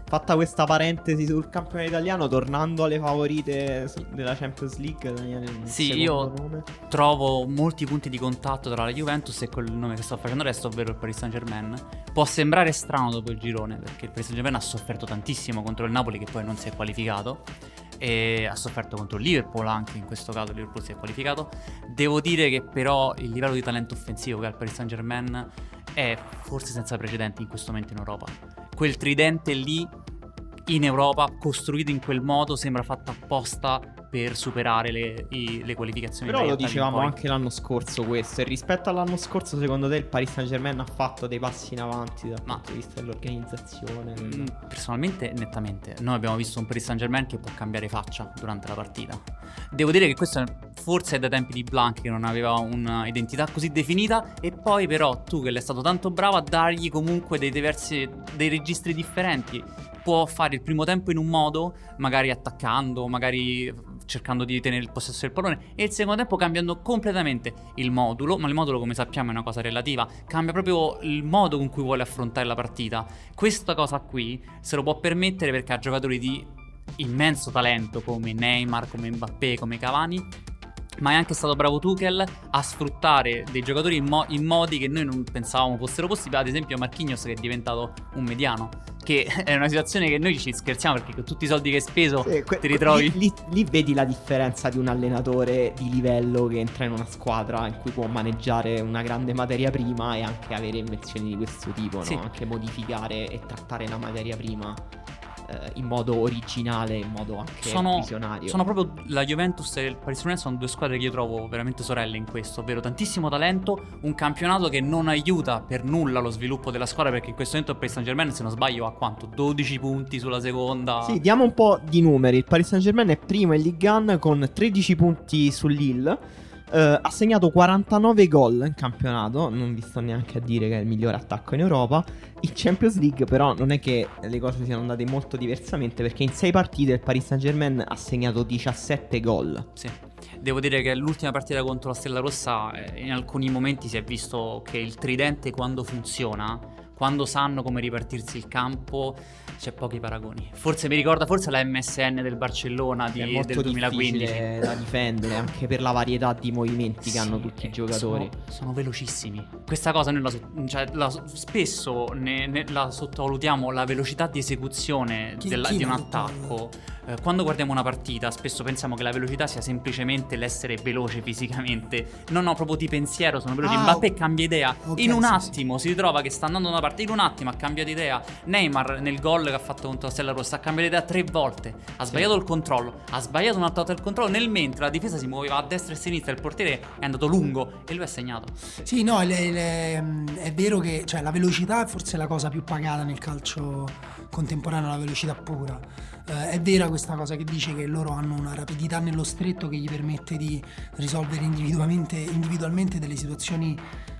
fatta questa parentesi sul campione italiano, tornando alle favorite su- della Champions League, Daniele, un Sì, secondo io nome? trovo molti punti di contatto tra la Juventus e quel nome che sto facendo adesso, ovvero il Paris Saint-Germain. Può sembrare strano dopo il girone, perché il Paris Saint-Germain ha sofferto tantissimo contro il Napoli, che poi non si è qualificato, e ha sofferto contro il Liverpool anche, in questo caso il Liverpool si è qualificato. Devo dire che però il livello di talento offensivo che ha il Paris Saint-Germain è forse senza precedenti in questo momento in Europa. Quel tridente lì in Europa, costruito in quel modo, sembra fatto apposta per superare le, i- le qualificazioni. Però dai- lo dagli dicevamo poi. anche l'anno scorso questo. E rispetto all'anno scorso, secondo te il Paris Saint-Germain ha fatto dei passi in avanti dal Ma- punto di vista dell'organizzazione? Mm, Personalmente, nettamente. Noi abbiamo visto un Paris Saint-Germain che può cambiare faccia durante la partita. Devo dire che questo è- forse è da tempi di Blanc, che non aveva un'identità così definita. E poi però Tuchel è stato tanto bravo a dargli comunque dei diversi, dei registri differenti. Può fare il primo tempo in un modo, magari attaccando, magari cercando di tenere il possesso del pallone, e il secondo tempo cambiando completamente il modulo. Ma il modulo, come sappiamo, è una cosa relativa, cambia proprio il modo con cui vuole affrontare la partita. Questa cosa qui se lo può permettere perché ha giocatori di immenso talento come Neymar, come Mbappé, come Cavani, ma è anche stato bravo Tuchel a sfruttare dei giocatori in, mo- in modi che noi non pensavamo fossero possibili. Ad esempio Marquinhos, che è diventato un mediano, che è una situazione che noi ci scherziamo, perché con tutti i soldi che hai speso Sì, que- ti ritrovi. Lì, lì- lì vedi la differenza di un allenatore di livello che entra in una squadra in cui può maneggiare una grande materia prima e anche avere invenzioni di questo tipo, no? Sì. Anche modificare e trattare la materia prima eh, in modo originale, in modo anche Sono, visionario. sono proprio la Juventus e il Paris Saint-Germain sono due squadre che io trovo veramente sorelle in questo, ovvero tantissimo talento, un campionato che non aiuta per nulla lo sviluppo della squadra, perché in questo momento il Paris Saint-Germain, se non sbaglio, ha quanto? dodici punti sulla seconda. Sì, diamo un po' di numeri. Il Paris Saint-Germain è primo in Ligue uno con tredici punti su Lille. Eh, ha segnato quarantanove gol in campionato. Non vi sto neanche a dire che è il miglior attacco in Europa. In Champions League però non è che le cose siano andate molto diversamente, perché in sei partite il Paris Saint-Germain ha segnato diciassette gol. Sì. Devo dire che l'ultima partita contro la Stella Rossa, eh, in alcuni momenti si è visto che il tridente, quando funziona, quando sanno come ripartirsi il campo, c'è pochi paragoni. Forse mi ricorda forse la M S N del Barcellona di- È molto del duemilaquindici. difficile da difendere, anche per la varietà di movimenti che hanno tutti i eh, giocatori. Sono, sono velocissimi. Questa cosa noi la, so- cioè, la so- spesso ne, ne- la sottovalutiamo, la velocità di esecuzione Chi- della- chi di un l'ha attacco. Eh, quando guardiamo una partita, spesso pensiamo che la velocità sia semplicemente l'essere veloce fisicamente. No, no, proprio di pensiero sono veloci. Ah, Mbappé ok. cambia idea. Ok, in un sì, attimo si ritrova che sta andando da una parte. In un attimo ha cambiato idea. Neymar nel gol che ha fatto contro la Stella Rossa ha cambiato idea tre volte. Ha sbagliato il controllo. Ha sbagliato un'altra volta il controllo. Nel mentre la difesa si muoveva a destra e a sinistra, il portiere è andato lungo e lui ha segnato. Sì, no, le- le- è vero che cioè, la velocità è forse la cosa più pagata nel calcio contemporaneo, la velocità pura. Eh, è vera questa cosa che dice che loro hanno una rapidità nello stretto che gli permette di risolvere individualmente, individualmente delle situazioni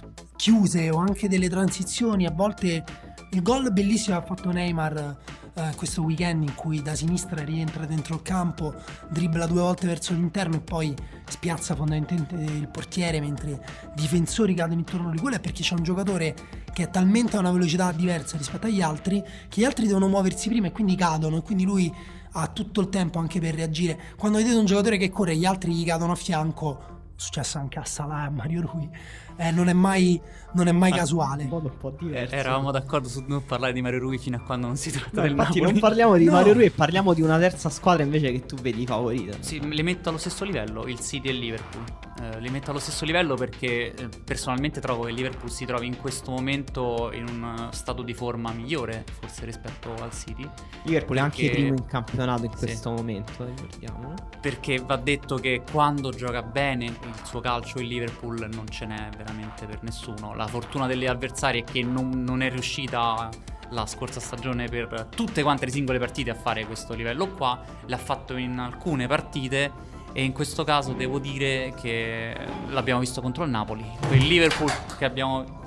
chiuse o anche delle transizioni. A volte il gol bellissimo che ha fatto Neymar eh, questo weekend, in cui da sinistra rientra dentro il campo, dribbla due volte verso l'interno e poi spiazza fondamentalmente il portiere mentre i difensori cadono intorno a lui. Quello è perché c'è un giocatore che è talmente a una velocità diversa rispetto agli altri che gli altri devono muoversi prima e quindi cadono, e quindi lui ha tutto il tempo anche per reagire. Quando vedete un giocatore che corre e gli altri gli cadono a fianco, è successo anche a Salah e a Mario Rui, eh, non è mai, non è mai casuale. In modo un po' diverso. Eravamo d'accordo su non parlare di Mario Rui fino a quando non si tratta No, del infatti Napoli. non parliamo di No. Mario Rui, parliamo di una terza squadra invece che tu vedi favorita. Sì, li metto allo stesso livello, il City e il Liverpool. Eh, li metto allo stesso livello perché eh, personalmente trovo che il Liverpool si trovi in questo momento in un eh, stato di forma migliore, forse rispetto al City. Liverpool è anche Perché- primo in campionato in Sì. questo momento, ricordiamo. Perché va detto che quando gioca bene il suo calcio il Liverpool non ce n'è veramente per nessuno. La fortuna degli avversari è che non, non è riuscita la scorsa stagione per tutte quante le singole partite a fare questo livello qua. L'ha fatto in alcune partite e in questo caso devo dire che l'abbiamo visto contro il Napoli. Il Liverpool che abbiamo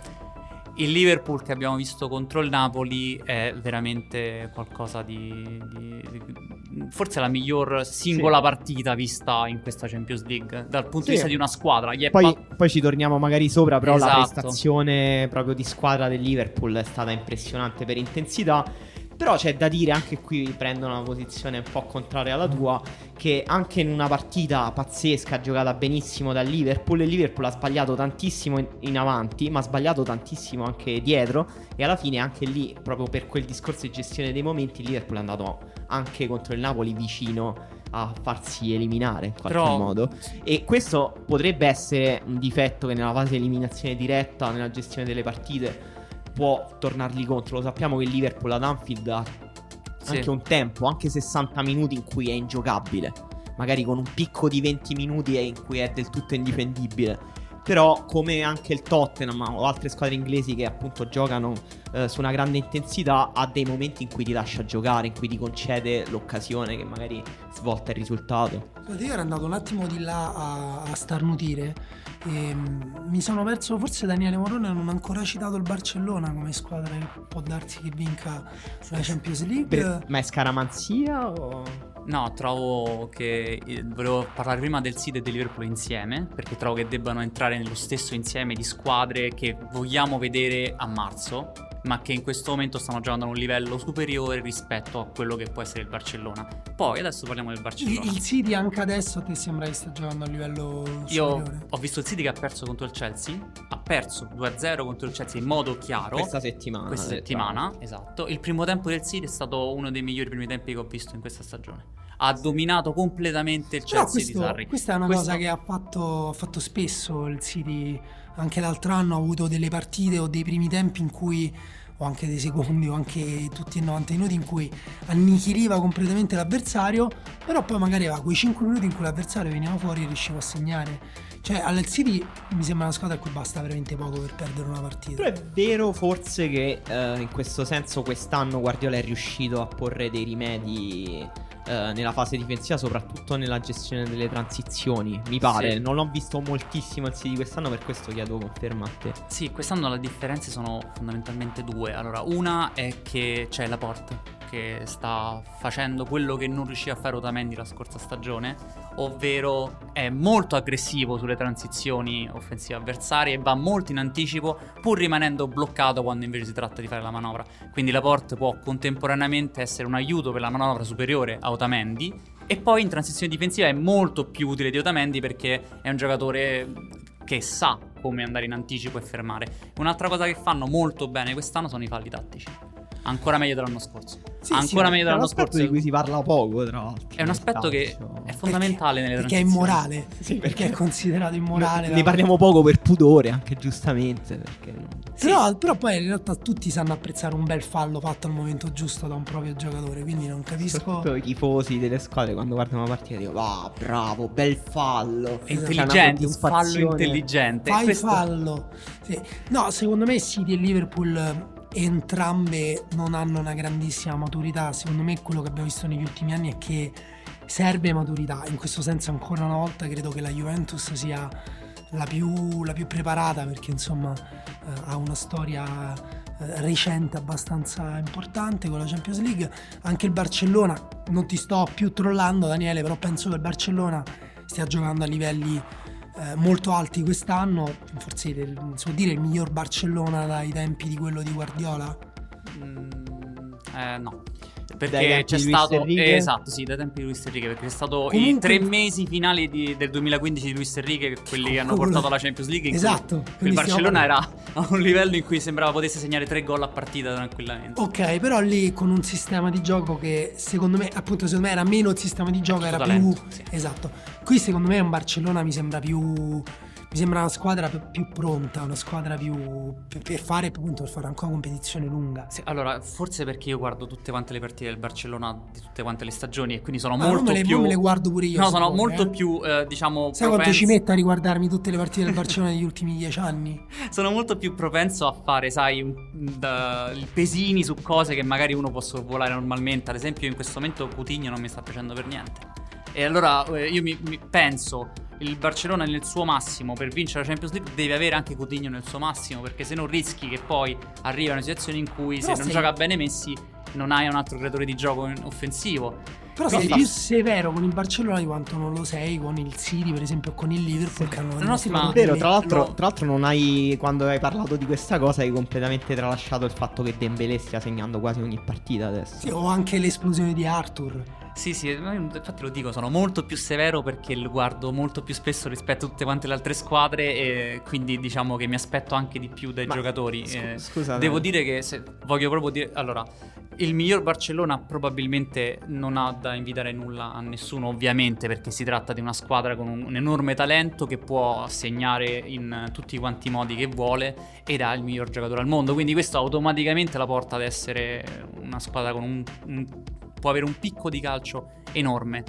Il Liverpool che abbiamo visto contro il Napoli è veramente qualcosa di, di- di- forse la miglior singola Sì. partita vista in questa Champions League dal punto Sì. di vista di una squadra. Gli è Poi, pa- poi ci torniamo magari sopra, però la Esatto. prestazione proprio di squadra del Liverpool è stata impressionante per intensità. Però c'è da dire, anche qui prendo una posizione un po' contraria alla tua, che anche in una partita pazzesca, giocata benissimo dal Liverpool, il Liverpool ha sbagliato tantissimo in, in avanti, ma ha sbagliato tantissimo anche dietro, e alla fine anche lì, proprio per quel discorso di gestione dei momenti, il Liverpool è andato anche contro il Napoli vicino a farsi eliminare in qualche Però- modo. E questo potrebbe essere un difetto che nella fase di eliminazione diretta, nella gestione delle partite, può tornargli contro. Lo sappiamo che il Liverpool ad Anfield ha Sì. anche un tempo, anche sessanta minuti in cui è ingiocabile, magari con un picco di venti minuti in cui è del tutto indifendibile. Però come anche il Tottenham o altre squadre inglesi che appunto giocano eh, su una grande intensità, ha dei momenti in cui ti lascia giocare, in cui ti concede l'occasione che magari svolta il risultato. Io ero andato un attimo di là a, a starnutire e mm, mi sono perso, forse Daniele Morone non ha ancora citato il Barcellona come squadra che può darsi che vinca la Champions League. Per- ma è scaramanzia o... No, trovo che eh, volevo parlare prima del City e del Liverpool insieme, perché trovo che debbano entrare nello stesso insieme di squadre che vogliamo vedere a marzo, ma che in questo momento stanno giocando a un livello superiore rispetto a quello che può essere il Barcellona. Poi adesso parliamo del Il, Barcellona. il City anche adesso a te sembra che sta giocando a livello Io superiore? ho visto il City che ha perso contro il Chelsea, ha perso due a zero contro il Chelsea in modo chiaro. Questa settimana. Questa eh, settimana, esatto. Il primo tempo del City è stato uno dei migliori primi tempi che ho visto in questa stagione. Ha dominato completamente il Però Chelsea questo- di Sarri. questa è una Questo- cosa che ha fatto, ha fatto spesso il City. Anche l'altro anno ha avuto delle partite o dei primi tempi in cui, o anche dei secondi o anche tutti i novanta minuti in cui annichiliva completamente l'avversario, però poi magari aveva quei cinque minuti in cui l'avversario veniva fuori e riusciva a segnare. Cioè al City mi sembra una squadra a cui basta veramente poco per perdere una partita. Però è vero forse che eh, in questo senso quest'anno Guardiola è riuscito a porre dei rimedi eh, nella fase difensiva, soprattutto nella gestione delle transizioni, mi pare. Sì. Non l'ho visto moltissimo il City quest'anno, per questo chiedo conferma a te. Sì, quest'anno le differenze sono fondamentalmente due. Allora, una è che c'è Laporte che sta facendo quello che non riusciva a fare Otamendi la scorsa stagione, ovvero è molto aggressivo sulle transizioni offensive avversarie e va molto in anticipo, pur rimanendo bloccato quando invece si tratta di fare la manovra. Quindi Laporte può contemporaneamente essere un aiuto per la manovra superiore a Otamendi, e poi in transizione difensiva è molto più utile di Otamendi perché è un giocatore che sa come andare in anticipo e fermare. Un'altra cosa che fanno molto bene quest'anno sono i falli tattici. Ancora meglio dell'anno scorso. Sì, Ancora sì, meglio È un dell'anno aspetto scorso. di cui si parla poco, tra l'altro. È un aspetto che Calcio. è fondamentale nelle Perché è transizioni. immorale, Sì, perché è considerato immorale. Ne da- parliamo poco per pudore, anche giustamente, perché non- Però, però poi in realtà tutti sanno apprezzare un bel fallo fatto al momento giusto da un proprio giocatore, quindi non capisco. soprattutto i tifosi delle squadre quando guardano una partita dicono ah bravo, bel fallo. È Esatto. intelligente, un fallo soddisfazione. intelligente. Fai Questo- fallo. Sì. No, secondo me City e Liverpool eh, entrambe non hanno una grandissima maturità. Secondo me quello che abbiamo visto negli ultimi anni è che serve maturità. In questo senso ancora una volta credo che la Juventus sia la più, la più preparata, perché insomma eh, ha una storia eh, recente abbastanza importante con la Champions League. Anche il Barcellona, non ti sto più trollando Daniele, però penso che il Barcellona stia giocando a livelli eh, molto alti quest'anno, forse il, si può dire il miglior Barcellona dai tempi di quello di Guardiola. Mm, eh, no. Dai Perché tempi c'è di Luis stato Enrique? eh, esatto, sì, dai tempi di Luis Enrique, perché c'è stato i Comunque- tre mesi finali di- del duemilaquindici di Luis Enrique, quelli che hanno Quello- portato alla Champions League, in Esatto, cui il quindi stiamo Barcellona era parlando- a un livello in cui sembrava potesse segnare tre gol a partita tranquillamente. Ok, però lì con un sistema di gioco che secondo me, appunto, secondo me era meno il sistema di gioco, era Talento, più sì. esatto. Qui secondo me un Barcellona mi sembra più mi sembra una squadra più, più pronta, una squadra più per, per fare appunto per fare ancora competizione lunga. Sì, allora, forse perché io guardo tutte quante le partite del Barcellona di tutte quante le stagioni e quindi sono Ma molto non me le, più non me le guardo pure io. No, sono siccome, molto eh. più eh, diciamo Sai quanto propenso- ci metto a riguardarmi tutte le partite del Barcellona negli ultimi dieci anni? Sono molto più propenso a fare, sai, un- da- i pesini su cose che magari uno può sorvolare normalmente. Ad esempio, in questo momento Coutinho non mi sta piacendo per niente. E allora eh, io mi, mi penso, il Barcellona nel suo massimo per vincere la Champions League deve avere anche Coutinho nel suo massimo, perché se no rischi che poi arrivano situazioni in cui Però se non sei- gioca bene Messi non hai un altro creatore di gioco in- offensivo. Però sei Quindi- più severo con il Barcellona di quanto non lo sei con il City, per esempio, o con il Liverpool, che hanno No, sì, ma- dimostrato Vero, delle- tra l'altro, lo- tra l'altro non hai, quando hai parlato di questa cosa, hai completamente tralasciato il fatto che Dembélé stia segnando quasi ogni partita adesso. Sì, o anche l'esplosione di Arthur. Sì, sì, io infatti lo dico, sono molto più severo perché lo guardo molto più spesso rispetto a tutte quante le altre squadre e quindi diciamo che mi aspetto anche di più dai Ma giocatori. scu- Eh, scusate. devo dire che se voglio proprio dire, allora, il miglior Barcellona probabilmente non ha da invidiare nulla a nessuno, ovviamente, perché si tratta di una squadra con un, un enorme talento che può segnare in tutti quanti i modi che vuole ed ha il miglior giocatore al mondo, quindi questo automaticamente la porta ad essere una squadra con un, un può avere un picco di calcio enorme.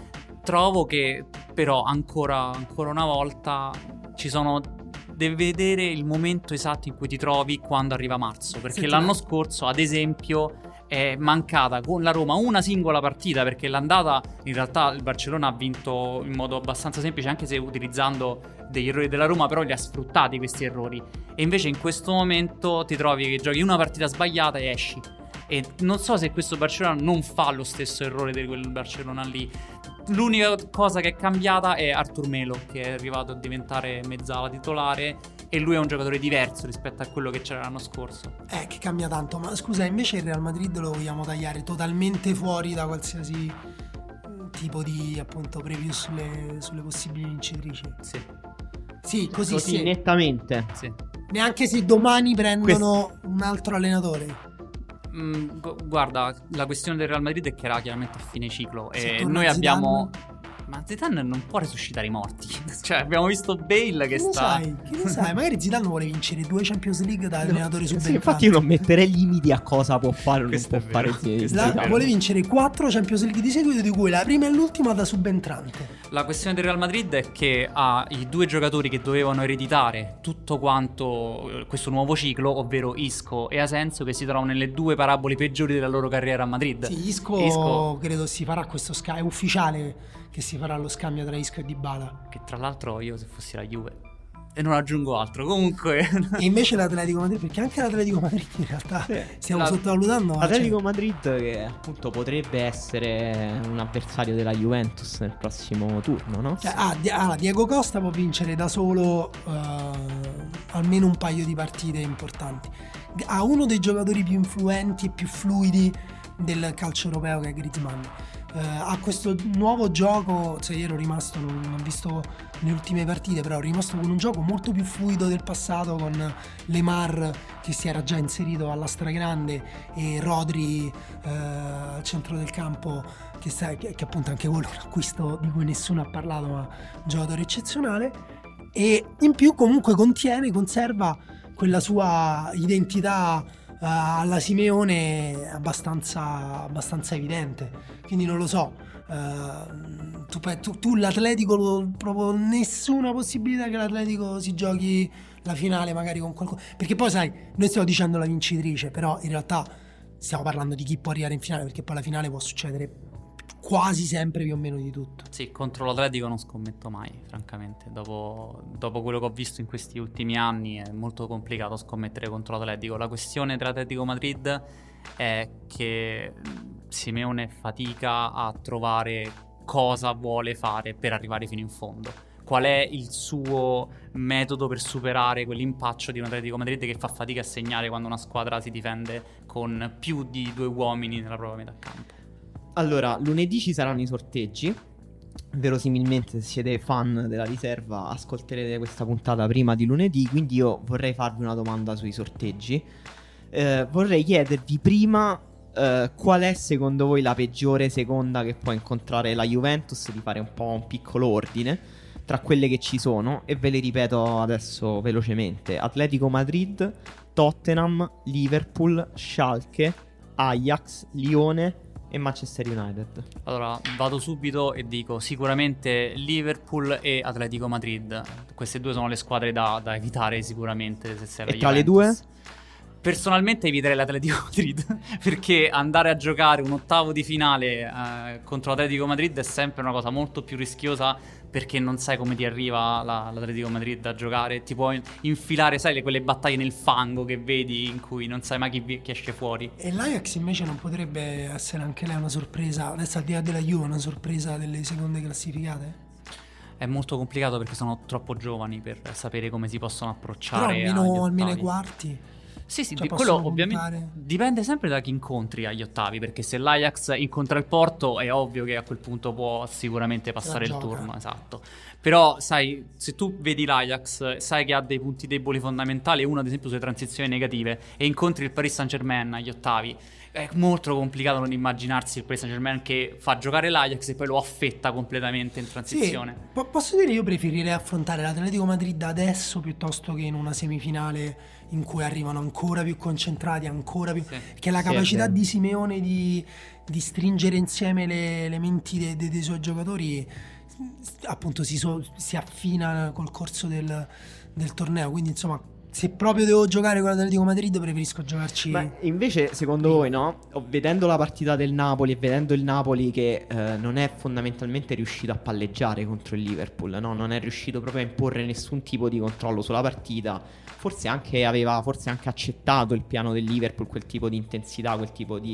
Trovo che però ancora, ancora una volta ci sono, devi vedere il momento esatto in cui ti trovi quando arriva marzo, perché Senti, l'anno ma- scorso ad esempio è mancata con la Roma una singola partita, perché l'andata in realtà il Barcellona ha vinto in modo abbastanza semplice, anche se utilizzando degli errori della Roma, però li ha sfruttati questi errori, e invece in questo momento ti trovi che giochi una partita sbagliata e esci. E non so se questo Barcellona non fa lo stesso errore di quel Barcellona lì. L'unica cosa che è cambiata è Artur Melo, che è arrivato a diventare mezzala titolare, e lui è un giocatore diverso rispetto a quello che c'era l'anno scorso. Eh, che cambia tanto. Ma scusa, invece il Real Madrid lo vogliamo tagliare totalmente fuori da qualsiasi eh, tipo di, appunto, preview sulle, sulle possibili vincitrici? Sì, Sì, così, Così sì. nettamente. sì. Neanche se domani prendono un altro allenatore. Mm, gu- guarda, la questione del Real Madrid è che era chiaramente a fine ciclo Se e torna noi abbiamo... Zidane- Ma Zidane non può resuscitare i morti. Cioè, abbiamo visto Bale che Chi lo sta... sai? Chi lo sai? Magari Zidane vuole vincere due Champions League da allenatore Sì, subentrante. infatti io non metterei limiti a cosa può fare o non Questo può è fare vero, Zidane. questo La- è vero. vuole vincere quattro Champions League di seguito, di cui la prima e l'ultima da subentrante. La questione del Real Madrid è che ha i due giocatori che dovevano ereditare tutto quanto eh, questo nuovo ciclo, ovvero Isco e Asensio, che si trovano nelle due parabole peggiori della loro carriera a Madrid. Sì, Isco, Isco, credo si farà questo scambio. È ufficiale che si farà lo scambio tra Isco e Dybala. che tra l'altro io se fossi la Juve, e non aggiungo altro, comunque... E invece l'Atletico Madrid, perché anche l'Atletico Madrid in realtà Sì. stiamo La- sottovalutando. ma Atletico cioè- Madrid che appunto potrebbe essere un avversario della Juventus nel prossimo turno, no? Cioè, ah, Di- ah, Diego Costa può vincere da solo eh, almeno un paio di partite importanti. Ha uno dei giocatori più influenti e più fluidi del calcio europeo, che è Griezmann. Eh, ha questo nuovo gioco, cioè io ero rimasto, non non ho visto le ultime partite, però ero rimasto con un gioco molto più fluido del passato, con Lemar che si era già inserito alla stragrande e Rodri eh, al centro del campo, che, sta, che, che appunto anche quello è un acquisto di cui nessuno ha parlato, ma un giocatore eccezionale, e in più comunque contiene, conserva quella sua identità eh, alla Simeone abbastanza, abbastanza evidente. Quindi non lo so, eh, tu, pe- tu- tu l'Atletico lo- proprio nessuna possibilità che l'Atletico si giochi la finale magari con qualcuno, perché poi sai, noi stiamo dicendo la vincitrice, però in realtà stiamo parlando di chi può arrivare in finale, perché poi la finale può succedere quasi sempre più o meno di tutto. Sì, contro l'Atletico non scommetto mai, francamente. Dopo, dopo quello che ho visto in questi ultimi anni è molto complicato scommettere contro l'Atletico. La questione dell'Atletico Madrid è che Simeone fatica a trovare cosa vuole fare per arrivare fino in fondo. Qual è il suo metodo per superare quell'impaccio di un Atletico Madrid che fa fatica a segnare quando una squadra si difende con più di due uomini nella propria metà campo? Allora, lunedì ci saranno i sorteggi. Verosimilmente, se siete fan della riserva, ascolterete questa puntata prima di lunedì. Quindi io vorrei farvi una domanda sui sorteggi. Eh, vorrei chiedervi prima eh, qual è secondo voi la peggiore seconda che può incontrare la Juventus, di fare un po' un piccolo ordine tra quelle che ci sono, e ve le ripeto adesso velocemente: Atletico Madrid, Tottenham, Liverpool, Schalke, Ajax, Lione e Manchester United. Allora, vado subito e dico sicuramente Liverpool e Atletico Madrid. Queste due sono le squadre da, da evitare sicuramente se sei la E tra le Juventus. Personalmente eviterei l'Atletico Madrid perché andare a giocare un ottavo di finale eh, contro l'Atletico Madrid è sempre una cosa molto più rischiosa, perché non sai come ti arriva la, l'Atletico Madrid a giocare, ti può infilare, sai, le, quelle battaglie nel fango che vedi in cui non sai mai chi, chi esce fuori. E l'Ajax invece non potrebbe essere anche lei una sorpresa, adesso al di là della Juve, una sorpresa delle seconde classificate? È molto complicato perché sono troppo giovani per sapere come si possono approcciare. Però almeno, agli almeno ai ottavi. quarti. Sì, sì, Cioè, di- possono quello ovviamente puntare. dipende sempre da chi incontri agli ottavi, perché se l'Ajax incontra il Porto è ovvio che a quel punto può sicuramente passare il gioca. turno, esatto. Però sai, se tu vedi l'Ajax, sai che ha dei punti deboli fondamentali, uno ad esempio sulle transizioni negative, e incontri il Paris Saint-Germain agli ottavi, è molto complicato non immaginarsi il Paris Saint-Germain che fa giocare l'Ajax e poi lo affetta completamente in transizione. Sì, po- posso dire, io preferirei affrontare l'Atletico Madrid adesso piuttosto che in una semifinale in cui arrivano ancora più concentrati, ancora più... Sì. Che la Sì, capacità è vero. di Simeone di, di stringere insieme le, le menti de- de- dei suoi giocatori appunto si, so- si affina col corso del, del torneo. Quindi insomma, se proprio devo giocare con l'Atletico Madrid preferisco giocarci... Ma invece, secondo voi, no? O- Vedendo la partita del Napoli e vedendo il Napoli che eh, non è fondamentalmente riuscito a palleggiare contro il Liverpool, no? Non è riuscito proprio a imporre nessun tipo di controllo sulla partita. Forse anche aveva forse anche accettato il piano del Liverpool, quel tipo di intensità, quel tipo di,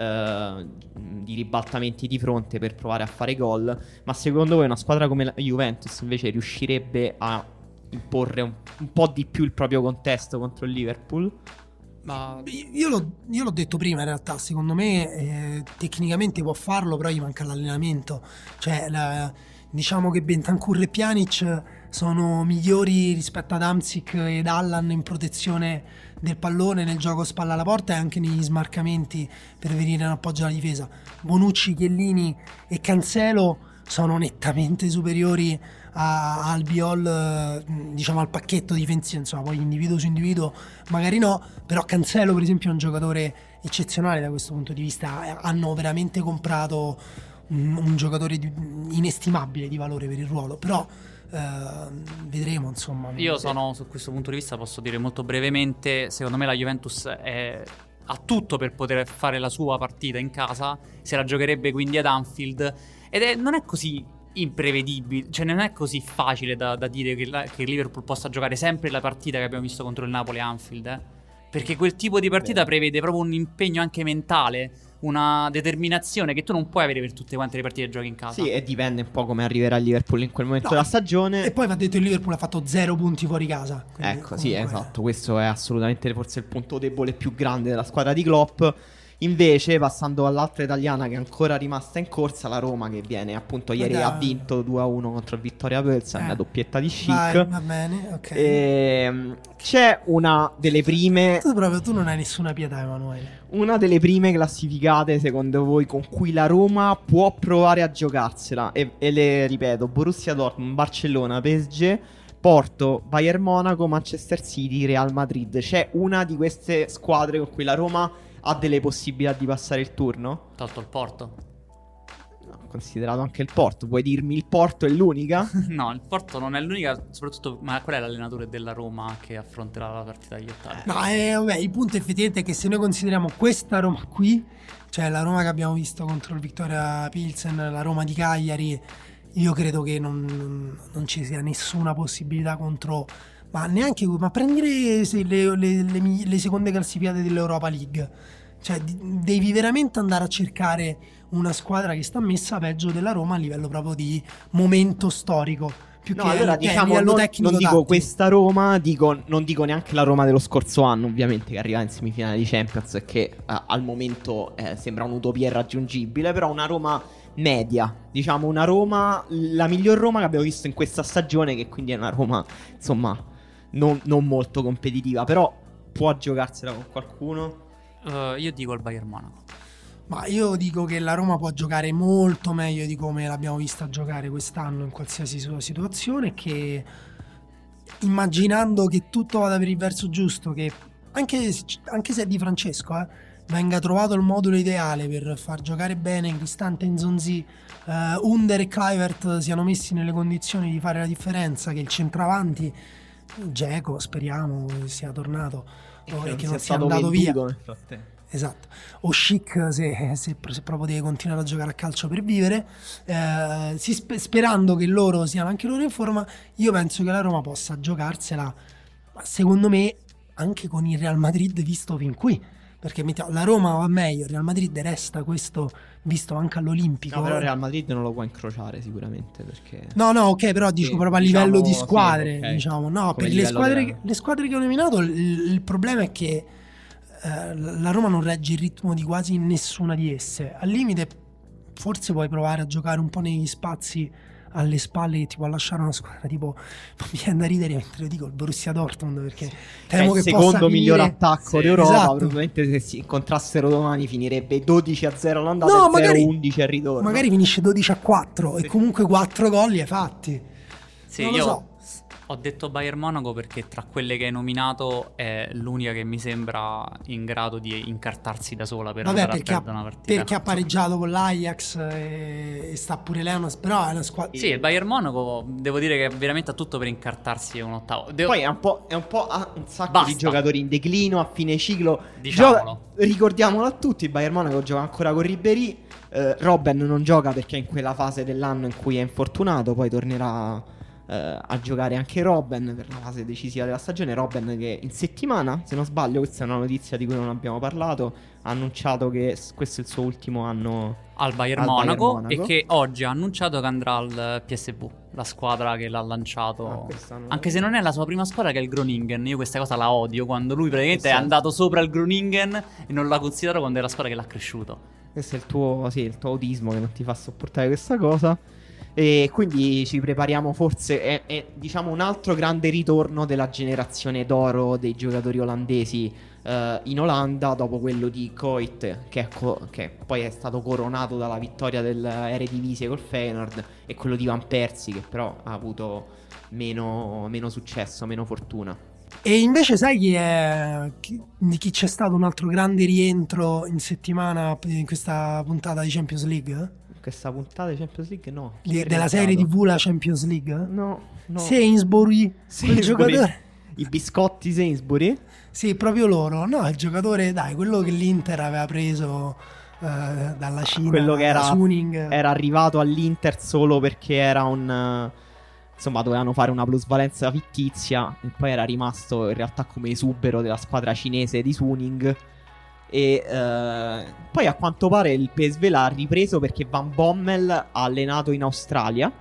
eh, di ribaltamenti di fronte per provare a fare gol. Ma secondo voi una squadra come la Juventus invece riuscirebbe a imporre un, un po' di più il proprio contesto contro il Liverpool? Ma Io l'ho, io l'ho detto prima in realtà, secondo me eh, tecnicamente può farlo, però gli manca l'allenamento. Cioè, la- diciamo che Bentancur e Pjanic sono migliori rispetto ad Hamsik ed Allan in protezione del pallone, nel gioco spalla alla porta e anche negli smarcamenti per venire in appoggio alla difesa. Bonucci, Chiellini e Cancelo sono nettamente superiori a, al Biol, eh, diciamo al pacchetto difensivo, insomma, poi individuo su individuo magari no, però Cancelo per esempio è un giocatore eccezionale da questo punto di vista. Hanno veramente comprato un, un giocatore di- inestimabile di valore per il ruolo, però eh, vedremo insomma. io sono, su questo punto di vista posso dire molto brevemente, secondo me la Juventus è, ha tutto per poter fare la sua partita in casa, se la giocherebbe quindi ad Anfield, ed è, non è così imprevedibile, cioè non è così facile da, da dire che, la, che il Liverpool possa giocare sempre la partita che abbiamo visto contro il Napoli a Anfield, eh? Perché quel tipo di partita prevede proprio un impegno anche mentale, una determinazione che tu non puoi avere per tutte quante le partite che giochi in casa. Sì, e dipende un po' come arriverà il Liverpool in quel momento No, della stagione. E poi va detto il Liverpool ha fatto zero punti fuori casa. quindi Ecco, sì, comunque- esatto, questo è assolutamente forse il punto debole più grande della squadra di Klopp. Invece, passando all'altra italiana che è ancora rimasta in corsa, la Roma, che viene appunto ieri Guarda- ha vinto due a uno contro il Vittoria Pilsen, Eh. la doppietta di Chic. Vai, va bene, ok. Ehm, c'è una delle prime Tu proprio tu non hai nessuna pietà, Emanuele. Una delle prime classificate, secondo voi, con cui la Roma può provare a giocarsela? E, e le ripeto: Borussia Dortmund, Barcellona, P S G, Porto, Bayern Monaco, Manchester City, Real Madrid. C'è una di queste squadre con cui la Roma ha delle possibilità di passare il turno? Tolto il Porto? No, considerato anche il Porto. Puoi dirmi il Porto è l'unica? No, il Porto non è l'unica, soprattutto, ma qual è l'allenatore della Roma che affronterà la partita degli ottavi? No, eh, vabbè, il punto effettivamente è che se noi consideriamo questa Roma qui, cioè la Roma che abbiamo visto contro il Victoria Pilsen, la Roma di Cagliari, io credo che non, non ci sia nessuna possibilità contro, ma neanche, ma prendere se le, le- le mi- le seconde classificate dell'Europa League. Cioè di- devi veramente andare a cercare una squadra che sta messa peggio della Roma a livello proprio di momento storico, più No, che allora a- che a diciamo livello non, tecnico non dico tattico. questa Roma, dico, non dico neanche la Roma dello scorso anno, ovviamente, che arriva in semifinale di Champions e che eh, al momento eh, sembra un'utopia irraggiungibile, però una Roma media, diciamo una Roma, la miglior Roma che abbiamo visto in questa stagione, che quindi è una Roma, insomma, non, non molto competitiva, però può giocarsela con qualcuno. Uh, io dico il Bayern Monaco. Ma io dico che la Roma può giocare molto meglio di come l'abbiamo vista giocare quest'anno in qualsiasi sua situazione, e che immaginando che tutto vada per il verso giusto, che anche, anche se è di Francesco, eh, venga trovato il modulo ideale per far giocare bene Cristante e Nzonzi, eh, Under e Kluivert siano messi nelle condizioni di fare la differenza, che il centravanti Dzeko speriamo sia tornato, o che sia non sia stato andato via. venduto nel frattempo. Esatto, o Schick se, se, se proprio deve continuare a giocare a calcio per vivere, eh, si spe- sperando che loro siano anche loro in forma. Io penso che la Roma possa giocarsela, ma secondo me anche con il Real Madrid visto fin qui, perché mettiamo, la Roma va meglio, il Real Madrid resta questo visto anche all'Olimpico. No, però il Real Madrid non lo può incrociare sicuramente, perché No, no, ok, però dico sì, proprio a diciamo, livello di sì, squadre, ok. diciamo, no, Come per le livello squadre, della- le squadre che ho nominato, il, il problema è che eh, la Roma non regge il ritmo di quasi nessuna di esse. Al limite, forse puoi provare a giocare un po' negli spazi alle spalle che ti può lasciare una squadra tipo, non mi viene da ridere mentre lo dico, il Borussia Dortmund, perché è temo il che possa secondo miglior finire- attacco Sì, d'Europa. esatto. Probabilmente se si incontrassero domani finirebbe dodici a zero all'andata No, e magari- zero a undici al ritorno. magari finisce dodici a quattro Sì. e comunque quattro gol li hai fatti. Sì, Non lo io so. ho detto Bayern Monaco perché tra quelle che hai nominato è l'unica che mi sembra in grado di incartarsi da sola per Vabbè, andare perché a ha, perdere una partita. perché ha pareggiato con l'Ajax e, e sta pure lei, una- però è una squadra. Sì, il Bayern Monaco devo dire che veramente ha tutto per incartarsi un ottavo. Devo- Poi è un po', è un po' ha un sacco Basta. di giocatori in declino a fine ciclo. Diciamolo. Gioca- ricordiamolo a tutti, il Bayern Monaco gioca ancora con Ribéry. eh, Robben non gioca perché è in quella fase dell'anno in cui è infortunato. Poi tornerà eh, a giocare anche Robben per la fase decisiva della stagione. Robben che in settimana, se non sbaglio, questa è una notizia di cui non abbiamo parlato, ha annunciato che s- questo è il suo ultimo anno al Bayern al Monaco, Bayern Monaco. e che oggi ha annunciato che andrà al P S V, la squadra che l'ha lanciato. Ah, questa non- Anche se non è la sua prima squadra, che è il Groningen. Io questa cosa la odio, quando lui praticamente Sì. è andato sopra il Groningen e non la considero quando è la squadra che l'ha cresciuto. Questo è il tuo, sì, il tuo autismo che non ti fa sopportare questa cosa. E quindi ci prepariamo forse, è, è, diciamo un altro grande ritorno della generazione d'oro dei giocatori olandesi eh, in Olanda, dopo quello di Coit, che, è co- che poi è stato coronato dalla vittoria dell'Eredivisie col Feyenoord, e quello di Van Persie, che però ha avuto meno, meno successo, meno fortuna. E invece sai chi è chi- di chi c'è stato un altro grande rientro in settimana in questa puntata di Champions League? Questa puntata di Champions League no. Chi Di- è della rientrato? serie tivù la Champions League? No, no. Sainsbury, quel Sainsbury. giocatore. I biscotti Sainsbury? Sì, proprio loro. No, il giocatore, dai, quello che l'Inter aveva preso eh, dalla Cina, Quello che era, da Suning. era arrivato all'Inter solo perché era un eh, insomma dovevano fare una plusvalenza fittizia, e poi era rimasto in realtà come esubero della squadra cinese di Suning. E eh, poi a quanto pare il P S V l'ha ripreso perché Van Bommel ha allenato in Australia,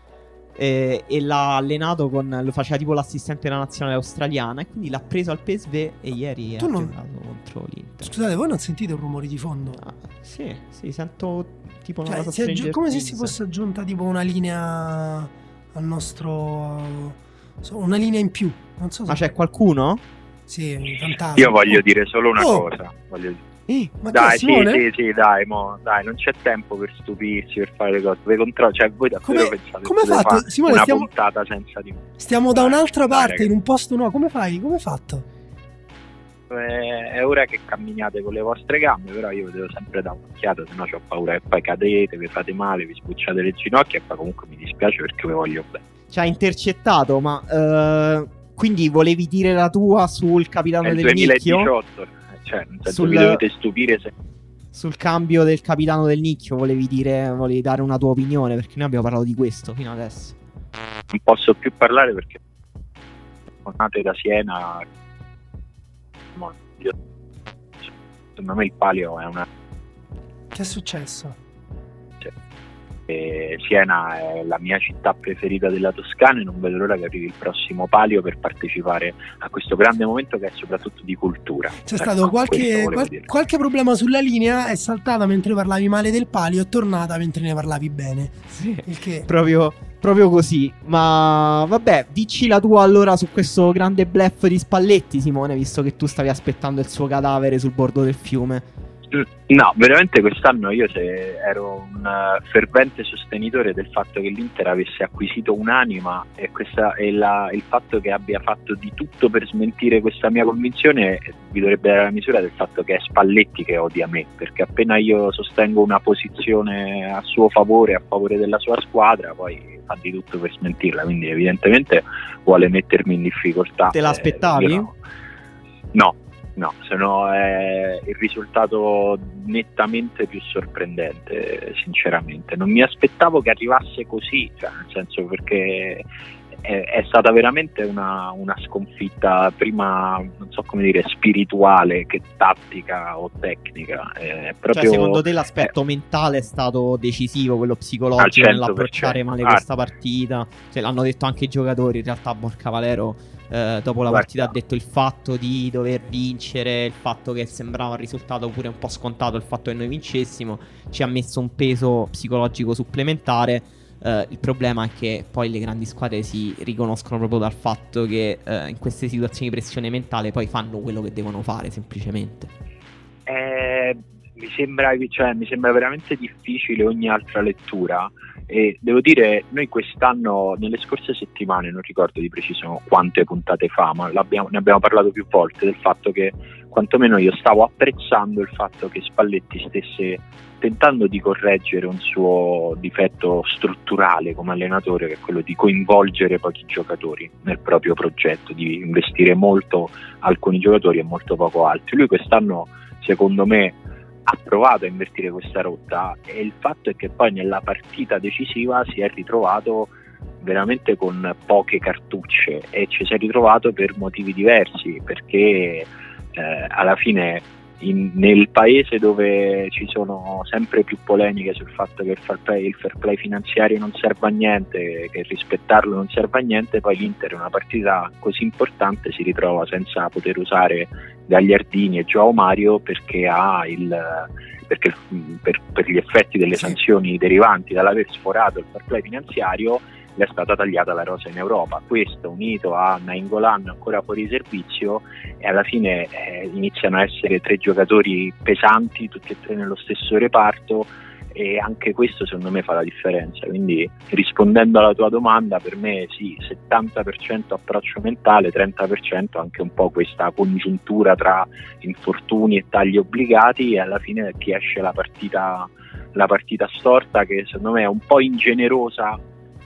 eh, e l'ha allenato con, lo faceva tipo l'assistente della nazionale australiana, e quindi l'ha preso al P S V e ieri Tu ha non- giocato contro l'Inter. Scusate, voi non sentite un rumore di fondo? Ah, sì, sì, sento tipo una Cioè, cosa si è aggi- Stranger come se Things. si fosse aggiunta tipo una linea al nostro, so, una linea in più. Non so se Ma c'è qualcuno? sì, fantastico. Io voglio dire solo una Oh. cosa. Voglio dire. Eh, Ma che è, Dai, sì, Simone? sì, sì, dai, mo, dai, non c'è tempo per stupirsi, per fare le cose. Voi contro- cioè, voi davvero Come- pensate come che hai potete fatto? fare Simone, una stiamo- puntata senza di me? Stiamo da Dai, un'altra dai, parte, ragazzi. in un posto nuovo. Come fai? Come hai fatto? Eh, È ora che camminate con le vostre gambe, però io vedo sempre da un'occhiata, se no ho paura che poi cadete, vi fate male, vi sbucciate le ginocchia, e poi comunque mi dispiace perché vi voglio bene. ci ha intercettato, ma eh, quindi volevi dire la tua sul capitano È il del Nicchio? duemiladiciotto, eh, cioè, nel senso Sul- vi dovete stupire se... Sul cambio del capitano del Nicchio volevi dire, volevi dare una tua opinione, perché noi abbiamo parlato di questo fino adesso. non posso più parlare perché tornate da Siena. Mo- io- secondo me il Palio è una Che è successo? eh, Siena è la mia città preferita della Toscana, e non vedo l'ora che arrivi il prossimo Palio per partecipare a questo grande momento che è soprattutto di cultura. C'è Ecco, stato qualche, questo volevo qual- dire. qualche problema sulla linea, è saltata mentre parlavi male del Palio, è tornata mentre ne parlavi bene. Sì. Il che... Proprio, proprio così. Ma vabbè, dici la tua allora su questo grande bluff di Spalletti, Simone, visto che tu stavi aspettando il suo cadavere sul bordo del fiume. No, veramente quest'anno io se ero un uh, fervente sostenitore del fatto che l'Inter avesse acquisito un'anima, e, questa, e la, il fatto che abbia fatto di tutto per smentire questa mia convinzione eh, vi dovrebbe dare la misura del fatto che è Spalletti che odia me, perché appena io sostengo una posizione a suo favore, a favore della sua squadra, poi fa di tutto per smentirla, quindi evidentemente vuole mettermi in difficoltà. Te l'aspettavi? Eh, io no. No, no, se no è il risultato nettamente più sorprendente, sinceramente. Non mi aspettavo che arrivasse così, cioè, nel senso, perché è, è stata veramente una, una sconfitta, prima, non so come dire, spirituale che tattica o tecnica. È proprio, cioè, secondo te l'aspetto è, mentale è stato decisivo, quello psicologico, nell'approcciare male ah, questa partita? Cioè, l'hanno detto anche i giocatori, in realtà Borca Valero eh, dopo la guarda, partita ha detto il fatto di dover vincere, il fatto che sembrava un risultato pure un po' scontato, il fatto che noi vincessimo ci ha messo un peso psicologico supplementare. Uh, il problema è che poi le grandi squadre si riconoscono proprio dal fatto che uh, in queste situazioni di pressione mentale poi fanno quello che devono fare, semplicemente. Eh, mi sembra, cioè, mi sembra veramente difficile ogni altra lettura, e devo dire, noi quest'anno, nelle scorse settimane, non ricordo di preciso quante puntate fa, ma l'abbiamo, ne abbiamo parlato più volte, del fatto che quantomeno io stavo apprezzando il fatto che Spalletti stesse tentando di correggere un suo difetto strutturale come allenatore, che è quello di coinvolgere pochi giocatori nel proprio progetto, di investire molto alcuni giocatori e molto poco altri. Lui quest'anno, secondo me, ha provato a invertire questa rotta, e il fatto è che poi nella partita decisiva si è ritrovato veramente con poche cartucce, e ci si è ritrovato per motivi diversi, perché eh, alla fine in, nel paese dove ci sono sempre più polemiche sul fatto che il fair play, il fair play finanziario non serve a niente, che rispettarlo non serve a niente, poi l'Inter in una partita così importante si ritrova senza poter usare Gagliardini e Joao Mario, perché ha il perché per, per gli effetti delle sanzioni derivanti dall'aver sforato il fair play finanziario le è stata tagliata la rosa in Europa. Questo unito a Nainggolan ancora fuori servizio, e alla fine eh, iniziano a essere tre giocatori pesanti, tutti e tre nello stesso reparto, e anche questo secondo me fa la differenza. Quindi, rispondendo alla tua domanda, per me sì, settanta per cento approccio mentale, trenta per cento anche un po' questa congiuntura tra infortuni e tagli obbligati, e alla fine ti esce la partita, la partita storta, che secondo me è un po' ingenerosa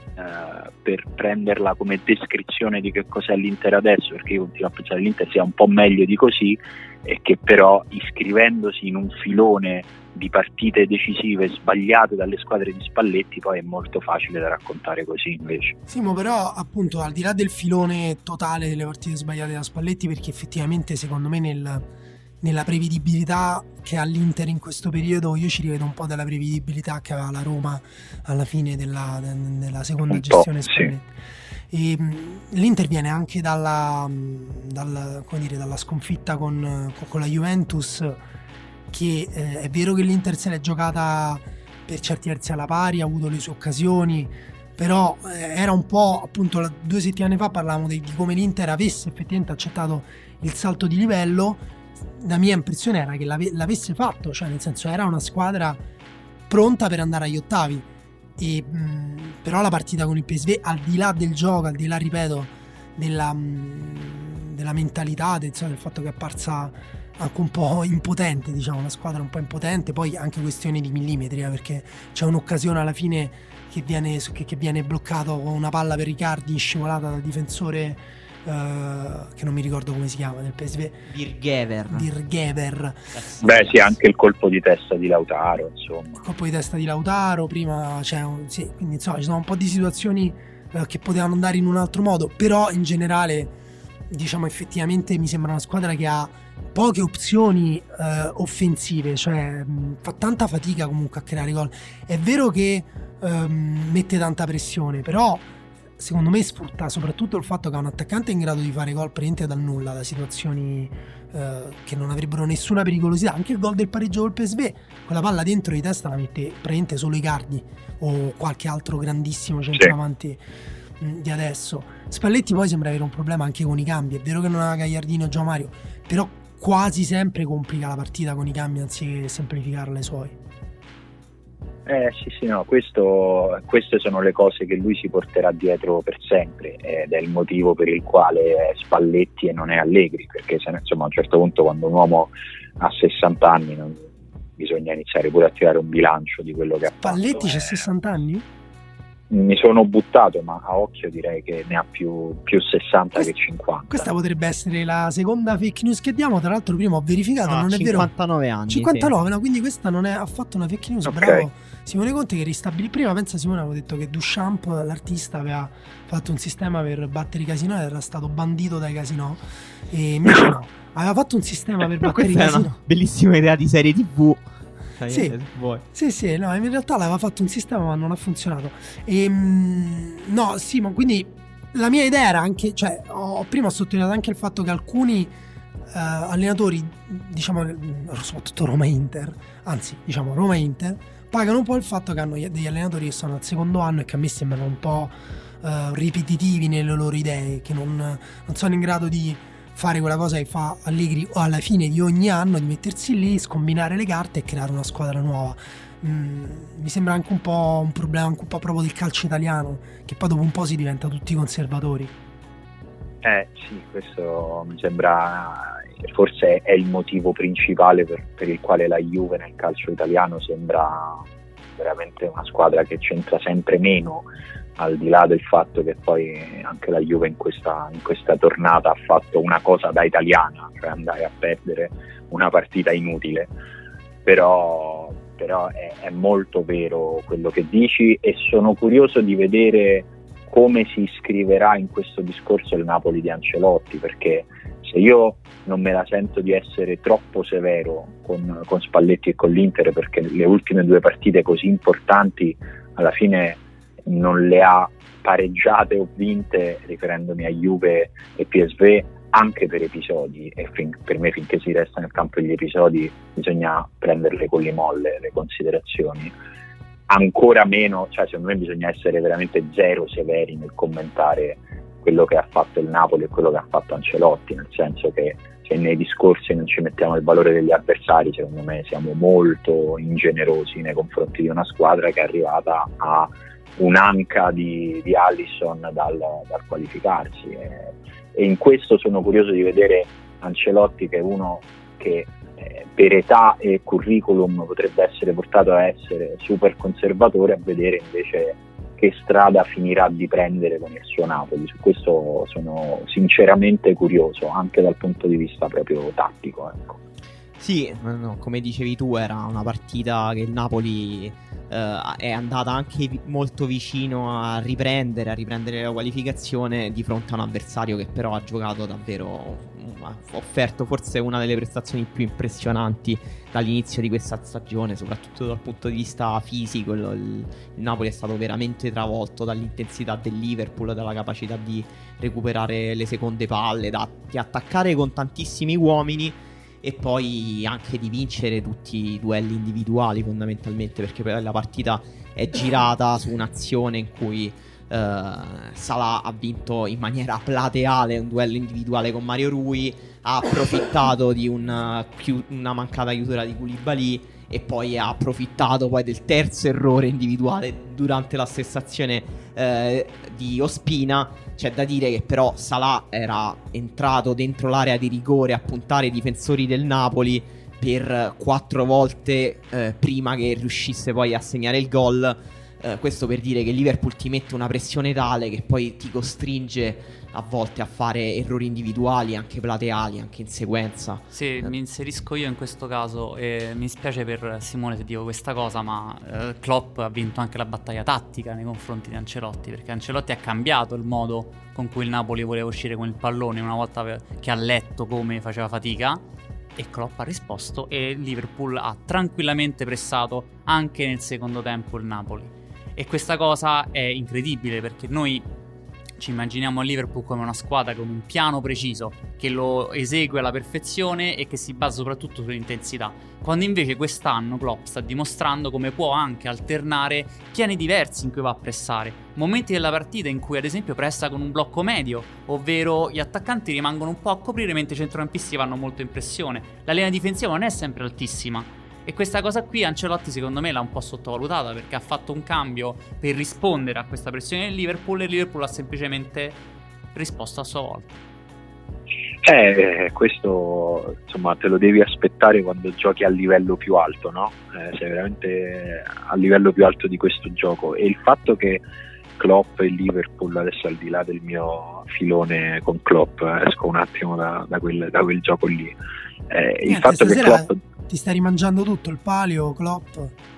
eh, per prenderla come descrizione di che cos'è l'Inter adesso, perché io continuo a pensare che l'Inter sia un po' meglio di così, e che però, iscrivendosi in un filone di partite decisive sbagliate dalle squadre di Spalletti, poi è molto facile da raccontare così invece. Simo, però appunto, al di là del filone totale delle partite sbagliate da Spalletti, perché effettivamente secondo me nel, nella prevedibilità che ha l'Inter in questo periodo, io ci rivedo un po' della prevedibilità che aveva la Roma alla fine della, della seconda un gestione Spalletti. Sì. E, l'Inter viene anche dalla, dalla, come dire, dalla sconfitta con, con la Juventus, che eh, è vero che l'Inter se l'è giocata per certi versi alla pari, ha avuto le sue occasioni, però eh, era un po', appunto, la, due settimane fa parlavamo di, di come l'Inter avesse effettivamente accettato il salto di livello. La mia impressione era che l'ave, l'avesse fatto, cioè nel senso era una squadra pronta per andare agli ottavi, e, mh, però la partita con il P S V, al di là del gioco, al di là, ripeto, della, mh, della mentalità, del, del fatto che è apparsa anche un po' impotente, diciamo, una squadra un po' impotente, poi anche questione di millimetri, eh, perché c'è un'occasione alla fine che viene, che, che viene bloccato con una palla per Riccardi scivolata dal difensore eh, che non mi ricordo come si chiama, del P S V, Birgever. Birgever. Beh sì, anche il colpo di testa di Lautaro, insomma. Il colpo di testa di Lautaro prima, cioè, sì, quindi insomma ci sono un po' di situazioni eh, che potevano andare in un altro modo, però in generale, diciamo, effettivamente mi sembra una squadra che ha poche opzioni eh, offensive, cioè mh, fa tanta fatica comunque a creare gol. È vero che ehm, mette tanta pressione, però secondo me sfrutta soprattutto il fatto che ha un attaccante in grado di fare gol praticamente dal nulla, da situazioni eh, che non avrebbero nessuna pericolosità. Anche il gol del pareggio col P S V, quella palla dentro di testa la mette praticamente solo Icardi o qualche altro grandissimo centravanti sì. mh, di adesso. Spalletti poi sembra avere un problema anche con i cambi. È vero che non ha Gagliardino o Joao Mario, però quasi sempre complica la partita con i cambi anziché semplificarla ai suoi. Eh sì sì no, questo, queste sono le cose che lui si porterà dietro per sempre, ed è il motivo per il quale è Spalletti e non è Allegri, perché se, insomma, a un certo punto, quando un uomo ha sessanta anni, non, bisogna iniziare pure a tirare un bilancio di quello che ha fatto. Spalletti c'ha sessanta anni? mi sono buttato, ma a occhio direi che ne ha più, più sessanta Quest- che cinquanta. Questa potrebbe essere la seconda fake news che diamo. Tra l'altro, prima ho verificato, No, non è cinquantanove vero. anni. cinquantanove, sì. no, quindi questa non è affatto una fake news. Ok. Bravo Simone Conte che ristabilì. Prima, pensa Simone, avevo detto che Duchamp, l'artista, aveva fatto un sistema per battere i casinò ed era stato bandito dai casinò. E invece no, aveva fatto un sistema per Però battere i questa è casinò. una bellissima idea di serie tivù. Sì. Se vuoi. Sì, sì, no, in realtà l'aveva fatto un sistema ma non ha funzionato. E, no, sì, ma quindi la mia idea era anche, cioè, ho, prima ho sottolineato anche il fatto che alcuni eh, allenatori, diciamo, soprattutto Roma-Inter, anzi, diciamo Roma-Inter, pagano un po' il fatto che hanno degli allenatori che sono al secondo anno e che a me sembrano un po' eh, ripetitivi nelle loro idee, che non, non sono in grado di fare quella cosa che fa Allegri o alla fine di ogni anno, di mettersi lì, scombinare le carte e creare una squadra nuova. Mm, mi sembra anche un po' un problema anche un po' proprio del calcio italiano, che poi dopo un po' si diventa tutti conservatori. Eh sì, questo mi sembra forse è il motivo principale per, per il quale la Juve nel calcio italiano sembra veramente una squadra che c'entra sempre meno, al di là del fatto che poi anche la Juve in questa, in questa tornata ha fatto una cosa da italiana, cioè andare a perdere una partita inutile, però, però è, è molto vero quello che dici e sono curioso di vedere come si iscriverà in questo discorso il Napoli di Ancelotti, perché se io non me la sento di essere troppo severo con, con Spalletti e con l'Inter, perché le ultime due partite così importanti alla fine non le ha pareggiate o vinte, riferendomi a Juve e P S V, anche per episodi, e fin, per me finché si resta nel campo degli episodi bisogna prenderle con le molle le considerazioni, ancora meno, cioè secondo me bisogna essere veramente zero severi nel commentare quello che ha fatto il Napoli e quello che ha fatto Ancelotti, nel senso che se nei discorsi non ci mettiamo il valore degli avversari, secondo me siamo molto ingenerosi nei confronti di una squadra che è arrivata a un'anca di, di Alisson dal, dal qualificarsi e, e in questo sono curioso di vedere Ancelotti, che è uno che eh, per età e curriculum potrebbe essere portato a essere super conservatore, a vedere invece che strada finirà di prendere con il suo Napoli. Su questo sono sinceramente curioso anche dal punto di vista proprio tattico, ecco. Sì, no, come dicevi tu, era una partita che il Napoli eh, è andata anche vi- molto vicino a riprendere, a riprendere la qualificazione di fronte a un avversario che però ha giocato davvero, ha offerto forse una delle prestazioni più impressionanti dall'inizio di questa stagione, soprattutto dal punto di vista fisico. Il, il Napoli è stato veramente travolto dall'intensità del Liverpool, dalla capacità di recuperare le seconde palle, da, di attaccare con tantissimi uomini e poi anche di vincere tutti i duelli individuali fondamentalmente, perché poi la partita è girata su un'azione in cui Uh, Salah ha vinto in maniera plateale un duello individuale con Mario Rui, ha approfittato di una, una mancata chiusura di Koulibaly e poi ha approfittato poi del terzo errore individuale durante la stessa azione uh, di Ospina. C'è da dire che però Salah era entrato dentro l'area di rigore a puntare i difensori del Napoli per quattro volte uh, prima che riuscisse poi a segnare il gol. Uh, questo per dire che Liverpool ti mette una pressione tale che poi ti costringe a volte a fare errori individuali, anche plateali, anche in sequenza. Sì, eh. mi inserisco io in questo caso e mi spiace per Simone se dico questa cosa, ma eh, Klopp ha vinto anche la battaglia tattica nei confronti di Ancelotti, perché Ancelotti ha cambiato il modo con cui il Napoli voleva uscire con il pallone una volta che ha letto come faceva fatica, e Klopp ha risposto e Liverpool ha tranquillamente pressato anche nel secondo tempo il Napoli. E questa cosa è incredibile, perché noi ci immaginiamo il Liverpool come una squadra con un piano preciso che lo esegue alla perfezione e che si basa soprattutto sull'intensità, quando invece quest'anno Klopp sta dimostrando come può anche alternare piani diversi in cui va a pressare, momenti della partita in cui ad esempio pressa con un blocco medio, ovvero gli attaccanti rimangono un po' a coprire mentre i centrocampisti vanno molto in pressione, la linea difensiva non è sempre altissima. E questa cosa qui Ancelotti secondo me l'ha un po' sottovalutata, perché ha fatto un cambio per rispondere a questa pressione del Liverpool e il Liverpool ha semplicemente risposto a sua volta. Eh, questo insomma te lo devi aspettare quando giochi a livello più alto, no? Eh, sei veramente a livello più alto di questo gioco, e il fatto che Klopp e Liverpool, adesso al di là del mio filone con Klopp, esco un attimo da, da, quel, da quel gioco lì. Eh, Niente, il fatto che Klopp... ti stai rimangiando tutto, il palio, Klopp?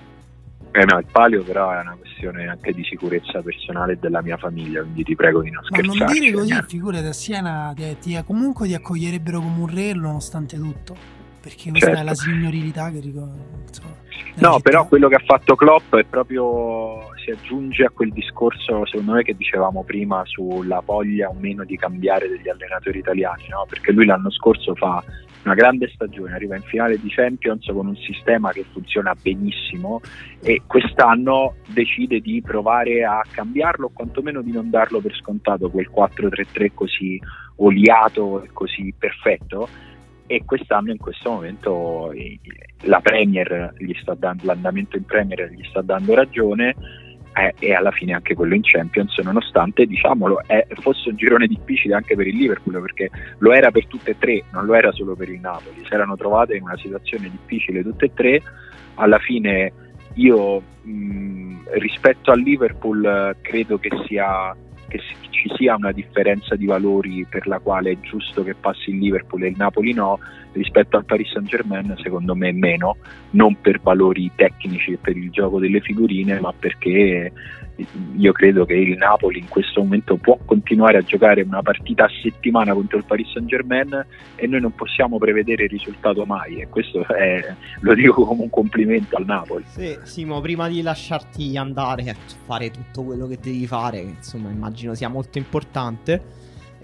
Eh no, il palio però è una questione anche di sicurezza personale della mia famiglia, quindi ti prego di non Ma scherzare. non dire così, figurati, a Siena ti, ti, comunque ti accoglierebbero come un re nonostante tutto, perché questa certo. è la signorilità che ricordo. Insomma, no, città. però quello che ha fatto Klopp è proprio, si aggiunge a quel discorso, secondo me, che dicevamo prima sulla voglia o meno di cambiare degli allenatori italiani, no? Perché lui l'anno scorso fa una grande stagione, arriva in finale di Champions con un sistema che funziona benissimo e quest'anno decide di provare a cambiarlo o quantomeno di non darlo per scontato quel quattro tre tre così oliato e così perfetto, e quest'anno in questo momento la Premier gli sta dando, l'andamento in Premier gli sta dando ragione, eh, e alla fine anche quello in Champions, nonostante, diciamolo, è, fosse un girone difficile anche per il Liverpool, perché lo era per tutte e tre, non lo era solo per il Napoli, si erano trovate in una situazione difficile tutte e tre. Alla fine io mh, rispetto al Liverpool credo che sia che ci sia una differenza di valori per la quale è giusto che passi il Liverpool e il Napoli no. Rispetto al Paris Saint-Germain secondo me meno, non per valori tecnici e per il gioco delle figurine, ma perché io credo che il Napoli in questo momento può continuare a giocare una partita a settimana contro il Paris Saint-Germain e noi non possiamo prevedere il risultato mai, e questo è, lo dico come un complimento al Napoli. Sì, Simo, prima di lasciarti andare a fare tutto quello che devi fare, che insomma immagino sia molto importante,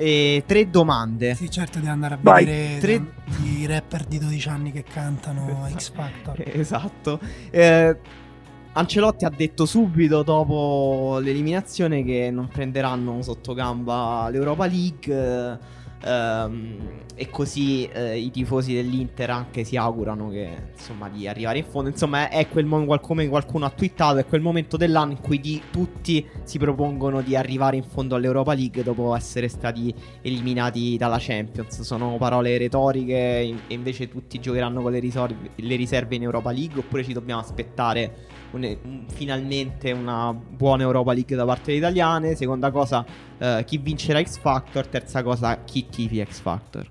e tre domande. Sì, certo, devi andare a Vai. vedere Tre... i rapper di dodici anni che cantano a X Factor. Esatto. Eh, Ancelotti ha detto subito dopo l'eliminazione che non prenderanno sotto gamba l'Europa League, ehm, e così eh, i tifosi dell'Inter anche si augurano che, insomma, di arrivare in fondo. Insomma, è quel momento, come qualcuno ha twittato, è quel momento dell'anno in cui di, tutti si propongono di arrivare in fondo all'Europa League dopo essere stati eliminati dalla Champions. Sono parole retoriche, e invece tutti giocheranno con le, risorve, le riserve in Europa League, oppure ci dobbiamo aspettare Un, un, finalmente una buona Europa League da parte delle italiane? Seconda cosa, uh, chi vincerà X Factor? Terza cosa, chi tifi X Factor?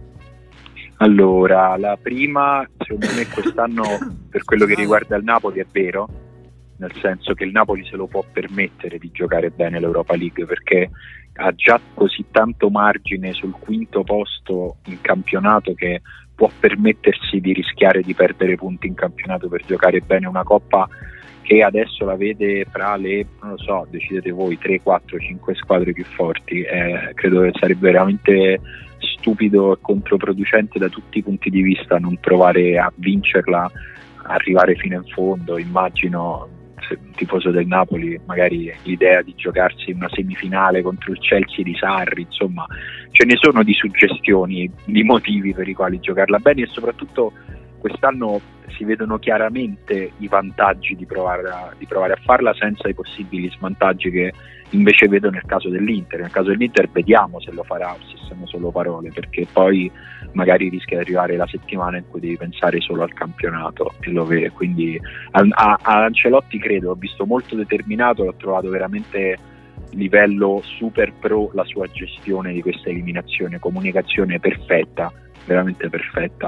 Allora, la prima, secondo me quest'anno per quello che riguarda il Napoli è vero, nel senso che il Napoli se lo può permettere di giocare bene l'Europa League, perché ha già così tanto margine sul quinto posto in campionato che può permettersi di rischiare di perdere punti in campionato per giocare bene una Coppa che adesso la vede fra le, non lo so, decidete voi, tre, quattro, cinque squadre più forti. Eh, credo che sarebbe veramente stupido e controproducente da tutti i punti di vista non provare a vincerla, arrivare fino in fondo. Immagino, se un tifoso del Napoli, magari l'idea di giocarsi una semifinale contro il Chelsea di Sarri, insomma ce ne sono di suggestioni, di motivi per i quali giocarla bene, e soprattutto quest'anno si vedono chiaramente i vantaggi di provare a, di provare a farla senza i possibili svantaggi che invece vedo nel caso dell'Inter. Nel caso dell'Inter vediamo se lo farà o se sono solo parole, perché poi magari rischia di arrivare la settimana in cui devi pensare solo al campionato e lo vede. Quindi a, a, a Ancelotti credo, ho visto molto determinato, l'ho trovato veramente livello super pro la sua gestione di questa eliminazione, comunicazione perfetta, veramente perfetta.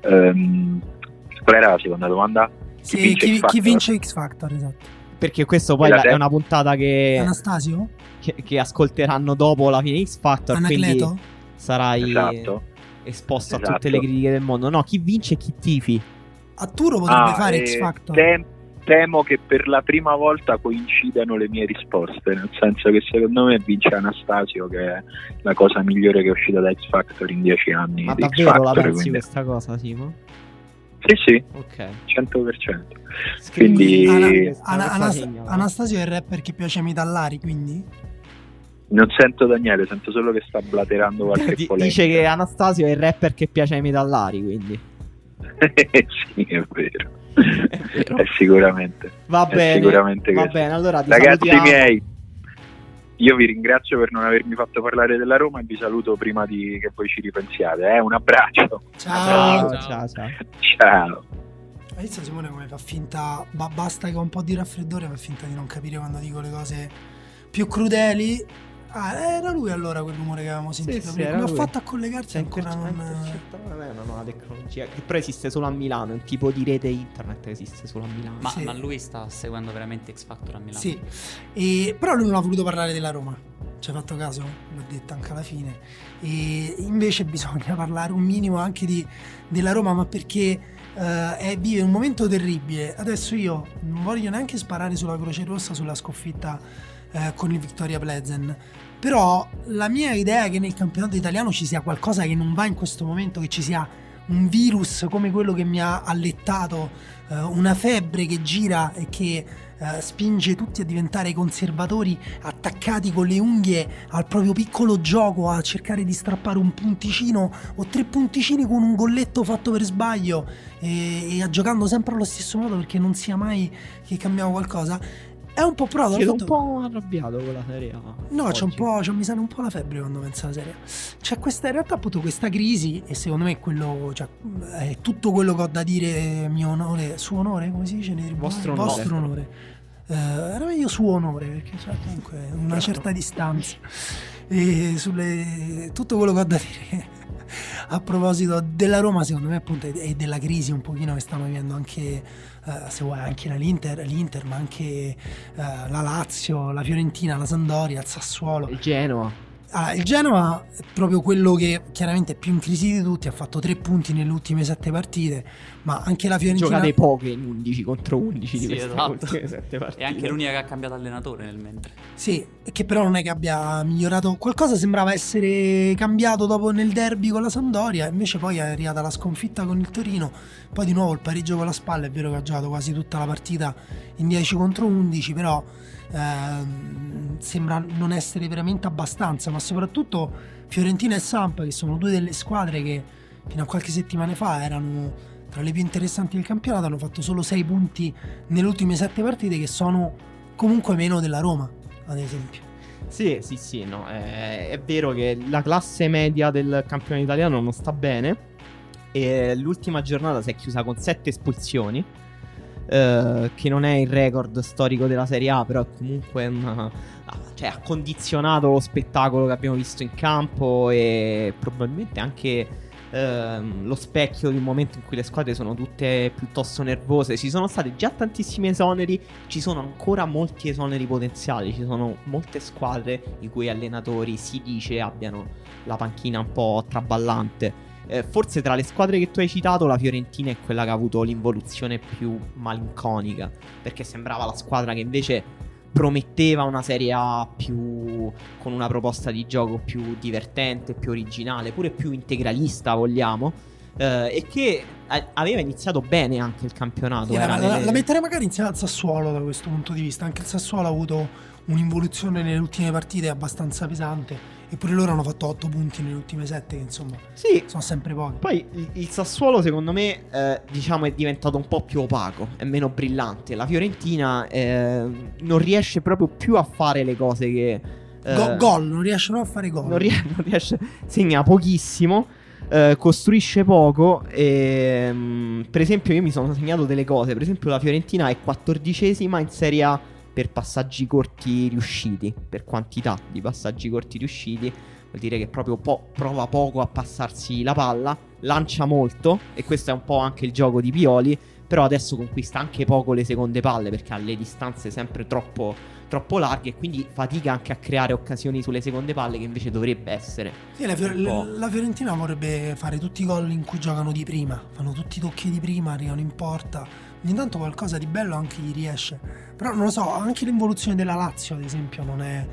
Um, qual era la seconda domanda? Chi, sì, vince, chi, X chi vince X Factor, esatto. Perché questo poi la, è una puntata che Anastasio? Che, che ascolteranno dopo la fine X Factor, Anacleto? quindi sarai esatto. esposto esatto. a tutte le critiche del mondo. No, chi vince e chi tifi? Arturo potrebbe ah, fare eh, X Factor. Tem- temo che per la prima volta coincidano le mie risposte, nel senso che secondo me vince Anastasio, che è la cosa migliore che è uscita da X Factor in dieci anni. Ma di davvero X Factor, la pensi quindi... questa cosa, Simo? Sì, sì, ok, cento per cento. Scrivi, Quindi Ana- Ana- Anas- Anastasio è il rapper che piace ai metallari, quindi? Non sento Daniele, sento solo che sta blaterando qualche D- polemica. dice che Anastasio è il rapper che piace ai metallari, quindi sì, è vero. È vero. È sicuramente. Va è bene, sicuramente va questo. bene, allora ti Ragazzi salutiamo. miei, io vi ringrazio per non avermi fatto parlare della Roma e vi saluto prima di che voi ci ripensiate. Eh? Un abbraccio. Ciao. Ciao, ciao, ciao. Ciao. Hai visto Simone come fa finta, ba- basta che ho un po' di raffreddore, fa finta di non capire quando dico le cose più crudeli. Ah, era lui allora quel rumore che avevamo sentito sì, prima. era Come ha lui. fatto a collegarsi Cioè, ancora interce- non... intercettare è una nuova tecnologia che però esiste solo a Milano, è un tipo di rete internet che esiste solo a Milano. Ma, Sì. ma lui sta seguendo veramente X Factor a Milano. Sì, e, però lui non ha voluto parlare della Roma. Ci hai fatto caso? L'ho detto anche alla fine. E invece bisogna parlare un minimo anche di, della Roma, ma perché eh, è, vive un momento terribile. Adesso io non voglio neanche sparare sulla Croce Rossa sulla sconfitta eh, con il Victoria Plezen, però la mia idea è che nel campionato italiano ci sia qualcosa che non va in questo momento, che ci sia un virus come quello che mi ha allettato, eh, una febbre che gira e che eh, spinge tutti a diventare conservatori, attaccati con le unghie al proprio piccolo gioco, a cercare di strappare un punticino o tre punticini con un golletto fatto per sbaglio, e, e a giocando sempre allo stesso modo perché non sia mai che cambiamo qualcosa. È un po' provato. Siete l'ho un fatto- po' arrabbiato con la Serie A. No, c'è un oggi. po', c'è, mi sale un po' la febbre quando penso alla serie. C'è questa, in realtà appunto questa crisi, e secondo me quello, cioè, è tutto quello che ho da dire, mio onore, suo onore, come si dice nei tribunali? Vostro onore. Vostro onore. Eh, era meglio suo onore, perché c'è comunque una certa distanza. E sulle, tutto quello che ho da dire a proposito della Roma, secondo me appunto, e della crisi un pochino che stanno vivendo anche, eh, se vuoi, anche la, l'Inter, l'Inter, ma anche eh, la Lazio, la Fiorentina, la Sampdoria, il Sassuolo. Il Genoa. Ah, il Genoa è proprio quello che chiaramente è più in crisi di tutti, ha fatto tre punti nelle ultime sette partite, ma anche la Fiorentina... Giocate poche in undici contro undici di Sì, queste esatto. ultime sette partite. È anche l'unica che ha cambiato allenatore nel mentre. Sì, che però non è che abbia migliorato. Qualcosa sembrava essere cambiato dopo nel derby con la Sampdoria, invece poi è arrivata la sconfitta con il Torino, poi di nuovo il pareggio con la spalla. È vero che ha giocato quasi tutta la partita in dieci contro undici, però ehm, sembra non essere veramente abbastanza. Ma soprattutto Fiorentina e Samp, che sono due delle squadre che fino a qualche settimana fa erano tra le più interessanti del campionato, hanno fatto solo sei punti nelle ultime sette partite, che sono comunque meno della Roma, ad esempio. Sì, sì, sì, no, è, è vero che la classe media del campione italiano non sta bene e l'ultima giornata si è chiusa con sette espulsioni, eh, che non è il record storico della Serie A, però è comunque una, cioè, ha condizionato lo spettacolo che abbiamo visto in campo e probabilmente anche ehm, lo specchio di un momento in cui le squadre sono tutte piuttosto nervose. Ci sono stati già tantissimi esoneri, ci sono ancora molti esoneri potenziali, ci sono molte squadre i cui allenatori si dice abbiano la panchina un po' traballante. Eh, forse tra le squadre che tu hai citato la Fiorentina è quella che ha avuto l'involuzione più malinconica, perché sembrava la squadra che invece prometteva una Serie A più con una proposta di gioco più divertente, più originale, pure più integralista, vogliamo, eh, e che a- aveva iniziato bene anche il campionato. Sì, era la, la- nelle- la metterei magari insieme al Sassuolo da questo punto di vista. Anche il Sassuolo ha avuto un'involuzione nelle ultime partite abbastanza pesante, eppure loro hanno fatto otto punti nelle ultime sette, che insomma Sì. sono sempre pochi. Poi il, il Sassuolo secondo me eh, diciamo è diventato un po' più opaco, è meno brillante. La Fiorentina eh, non riesce proprio più a fare le cose che eh, Go- gol, non riescono a fare gol. non, rie- non riesce, segna pochissimo, eh, costruisce poco e, mh, per esempio io mi sono segnato delle cose. Per esempio la Fiorentina è quattordicesima in Serie A per passaggi corti riusciti, per quantità di passaggi corti riusciti. Vuol dire che proprio po- prova poco a passarsi la palla, lancia molto, e questo è un po' anche il gioco di Pioli, però adesso conquista anche poco le seconde palle perché ha le distanze sempre troppo, troppo larghe e quindi fatica anche a creare occasioni sulle seconde palle che invece dovrebbe essere. Sì, la, Fior- un po'. la Fiorentina vorrebbe fare tutti i gol in cui giocano di prima, fanno tutti i tocchi di prima, arrivano in porta. Ogni tanto qualcosa di bello anche gli riesce. Però non lo so, anche l'involuzione della Lazio, ad esempio, non è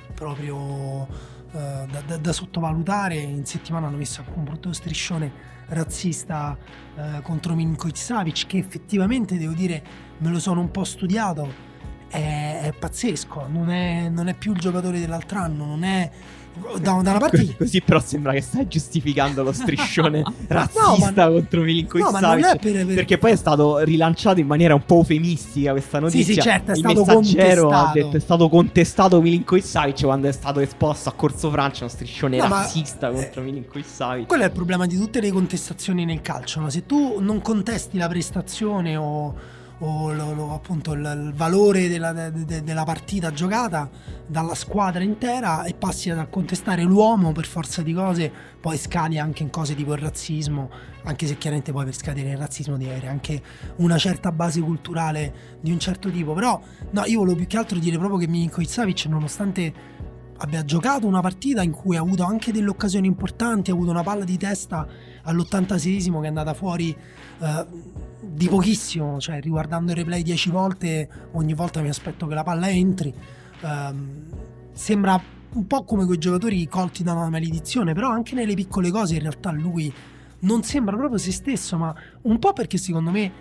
proprio eh, da, da- da sottovalutare. In settimana hanno messo anche un brutto striscione razzista eh, contro Milinkovic Savic, che effettivamente, devo dire, me lo sono un po' studiato. È, è pazzesco, non è, non è più il giocatore dell'altro anno, non è... Da, da una parte... Così però sembra che stai giustificando lo striscione razzista ma- contro Milinkovic no, ma non Savic, è per- per- perché poi è stato rilanciato in maniera un po' eufemistica questa notizia. Sì, sì, certo, è Il stato Messaggero ha contestato. detto è stato contestato Milinkovic Savic quando è stato esposto a Corso Francia uno striscione No, ma- razzista contro eh, Milinkovic Savic. Quello è il problema di tutte le contestazioni nel calcio, no? Se tu non contesti la prestazione o, o lo, lo, appunto il, il valore della, de, de, della partita giocata dalla squadra intera e passi a contestare l'uomo per forza di cose, poi scadi anche in cose tipo il razzismo, anche se chiaramente poi per scadere il razzismo devi avere anche una certa base culturale di un certo tipo. Però no, io volevo più che altro dire proprio che Milinković-Savić, nonostante abbia giocato una partita in cui ha avuto anche delle occasioni importanti, ha avuto una palla di testa all'ottantaseiesimo che è andata fuori eh, di pochissimo, cioè riguardando il replay dieci volte ogni volta mi aspetto che la palla entri, um, sembra un po' come quei giocatori colti da una maledizione, però anche nelle piccole cose in realtà lui non sembra proprio se stesso, ma un po' perché secondo me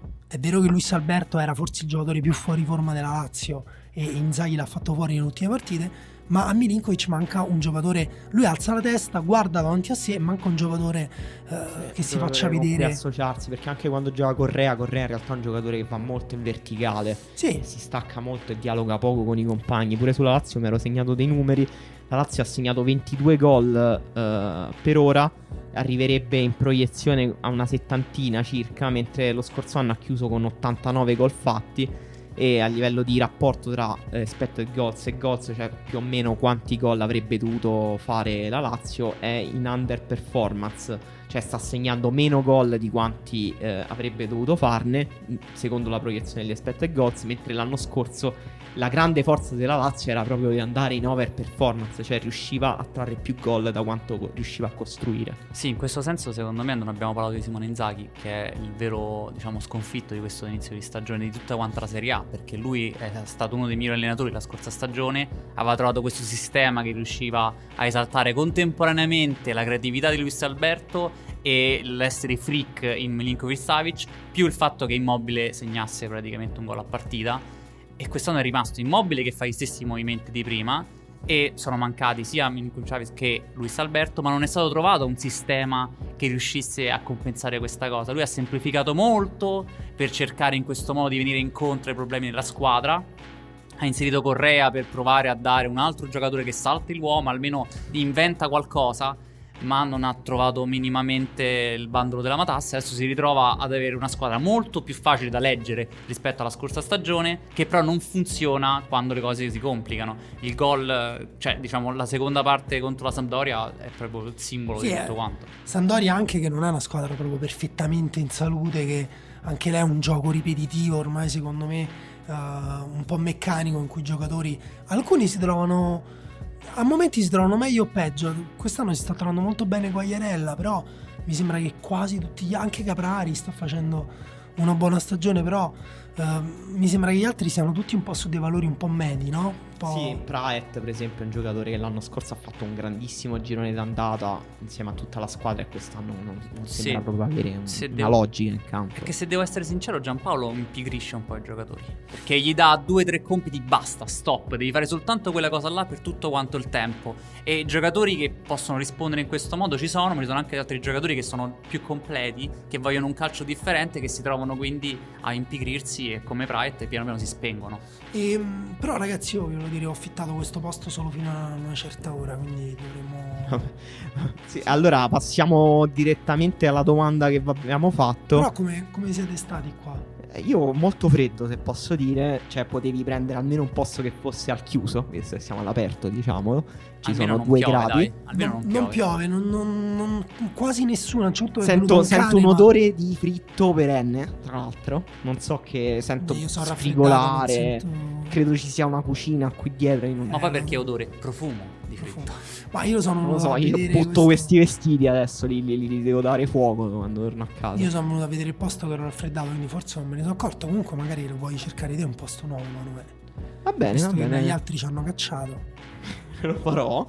è vero che Luis Alberto era forse il giocatore più fuori forma della Lazio e Inzaghi l'ha fatto fuori nelle ultime partite, ma a Milinković manca un giocatore, lui alza la testa, guarda davanti a sé e manca un giocatore eh, che si faccia vedere, associarsi, perché anche quando gioca Correa Correa in realtà è un giocatore che va molto in verticale, sì. si stacca molto e dialoga poco con i compagni. Pure sulla Lazio mi ero segnato dei numeri, la Lazio ha segnato ventidue gol eh, per ora, arriverebbe in proiezione a una settantina circa, mentre lo scorso anno ha chiuso con ottantanove gol fatti, e a livello di rapporto tra eh, expected goals e goals, cioè più o meno quanti gol avrebbe dovuto fare la Lazio, è in underperformance, cioè sta segnando meno gol di quanti eh, avrebbe dovuto farne secondo la proiezione degli expected goals, mentre l'anno scorso la grande forza della Lazio era proprio di andare in overperformance, cioè riusciva a trarre più gol da quanto riusciva a costruire. Sì, in questo senso secondo me non abbiamo parlato di Simone Inzaghi, che è il vero, diciamo, sconfitto di questo inizio di stagione di tutta quanta la Serie A, perché lui è stato uno dei migliori allenatori la scorsa stagione, aveva trovato questo sistema che riusciva a esaltare contemporaneamente la creatività di Luis Alberto e l'essere freak in Milinković-Savić, più il fatto che Immobile segnasse praticamente un gol a partita. E quest'anno è rimasto Immobile che fa gli stessi movimenti di prima, e sono mancati sia Milinković-Savić che Luis Alberto, ma non è stato trovato un sistema che riuscisse a compensare questa cosa. Lui ha semplificato molto per cercare in questo modo di venire incontro ai problemi della squadra, ha inserito Correa per provare a dare un altro giocatore che salti l'uomo, almeno inventa qualcosa, ma non ha trovato minimamente il bandolo della matassa. Adesso si ritrova ad avere una squadra molto più facile da leggere rispetto alla scorsa stagione, che però non funziona quando le cose si complicano. Il gol, cioè diciamo la seconda parte contro la Sampdoria è proprio il simbolo sì, di tutto quanto. Sampdoria anche che non è una squadra proprio perfettamente in salute, che anche lei è un gioco ripetitivo ormai secondo me, uh, un po' meccanico, in cui i giocatori alcuni si trovano, a momenti si trovano meglio o peggio. Quest'anno si sta trovando molto bene Quagliarella, però mi sembra che quasi tutti gli, anche Caprari sta facendo una buona stagione, però eh, mi sembra che gli altri siano tutti un po' su dei valori un po' medi, no? Un po'... Sì, Praet per esempio è un giocatore che l'anno scorso ha fatto un grandissimo girone d'andata insieme a tutta la squadra, e quest'anno non, non Sì. sembra proprio avere un, Se una devo- logica in campo. Perché se devo essere sincero, Giampaolo impigrisce un po' i giocatori, perché gli dà due o tre compiti, basta, stop, devi fare soltanto quella cosa là per tutto quanto il tempo. E giocatori che possono rispondere in questo modo ci sono, ma ci sono anche altri giocatori che sono più completi, che vogliono un calcio differente, che si trovano quindi a impigrirsi, e come Praet piano piano si spengono. E, però ragazzi, io voglio dire, ho affittato questo posto solo fino a una certa ora, quindi dovremmo... Sì, allora passiamo direttamente alla domanda che vi abbiamo fatto. Però come, come siete stati qua? Eh, Io molto freddo, se posso dire, cioè potevi prendere almeno un posto che fosse al chiuso, visto che siamo all'aperto, diciamolo. Ci Almeno sono non due piove, gradi. dai. Almeno non, non non piove. piove, non, non- non- quasi nessuno. A un certo punto è venuto Sento, un sento cane, un ma- odore di fritto perenne, tra l'altro. Non so che sento Io sono raffreddato, sfrigolare. non sento- Credo ci sia una cucina qui dietro. io non- Ma poi perché odore? Profumo di fritto. Ma io sono Non lo venuto so, a io vedere butto questo- questi vestiti adesso, li, li- li devo dare fuoco quando torno a casa. Io sono venuto a vedere il posto che ero raffreddato, quindi forse non me ne sono accorto. Comunque magari lo vuoi cercare te un posto nuovo, Emanuele. Va bene, Visto va che bene. gli altri ci hanno cacciato. Lo farò.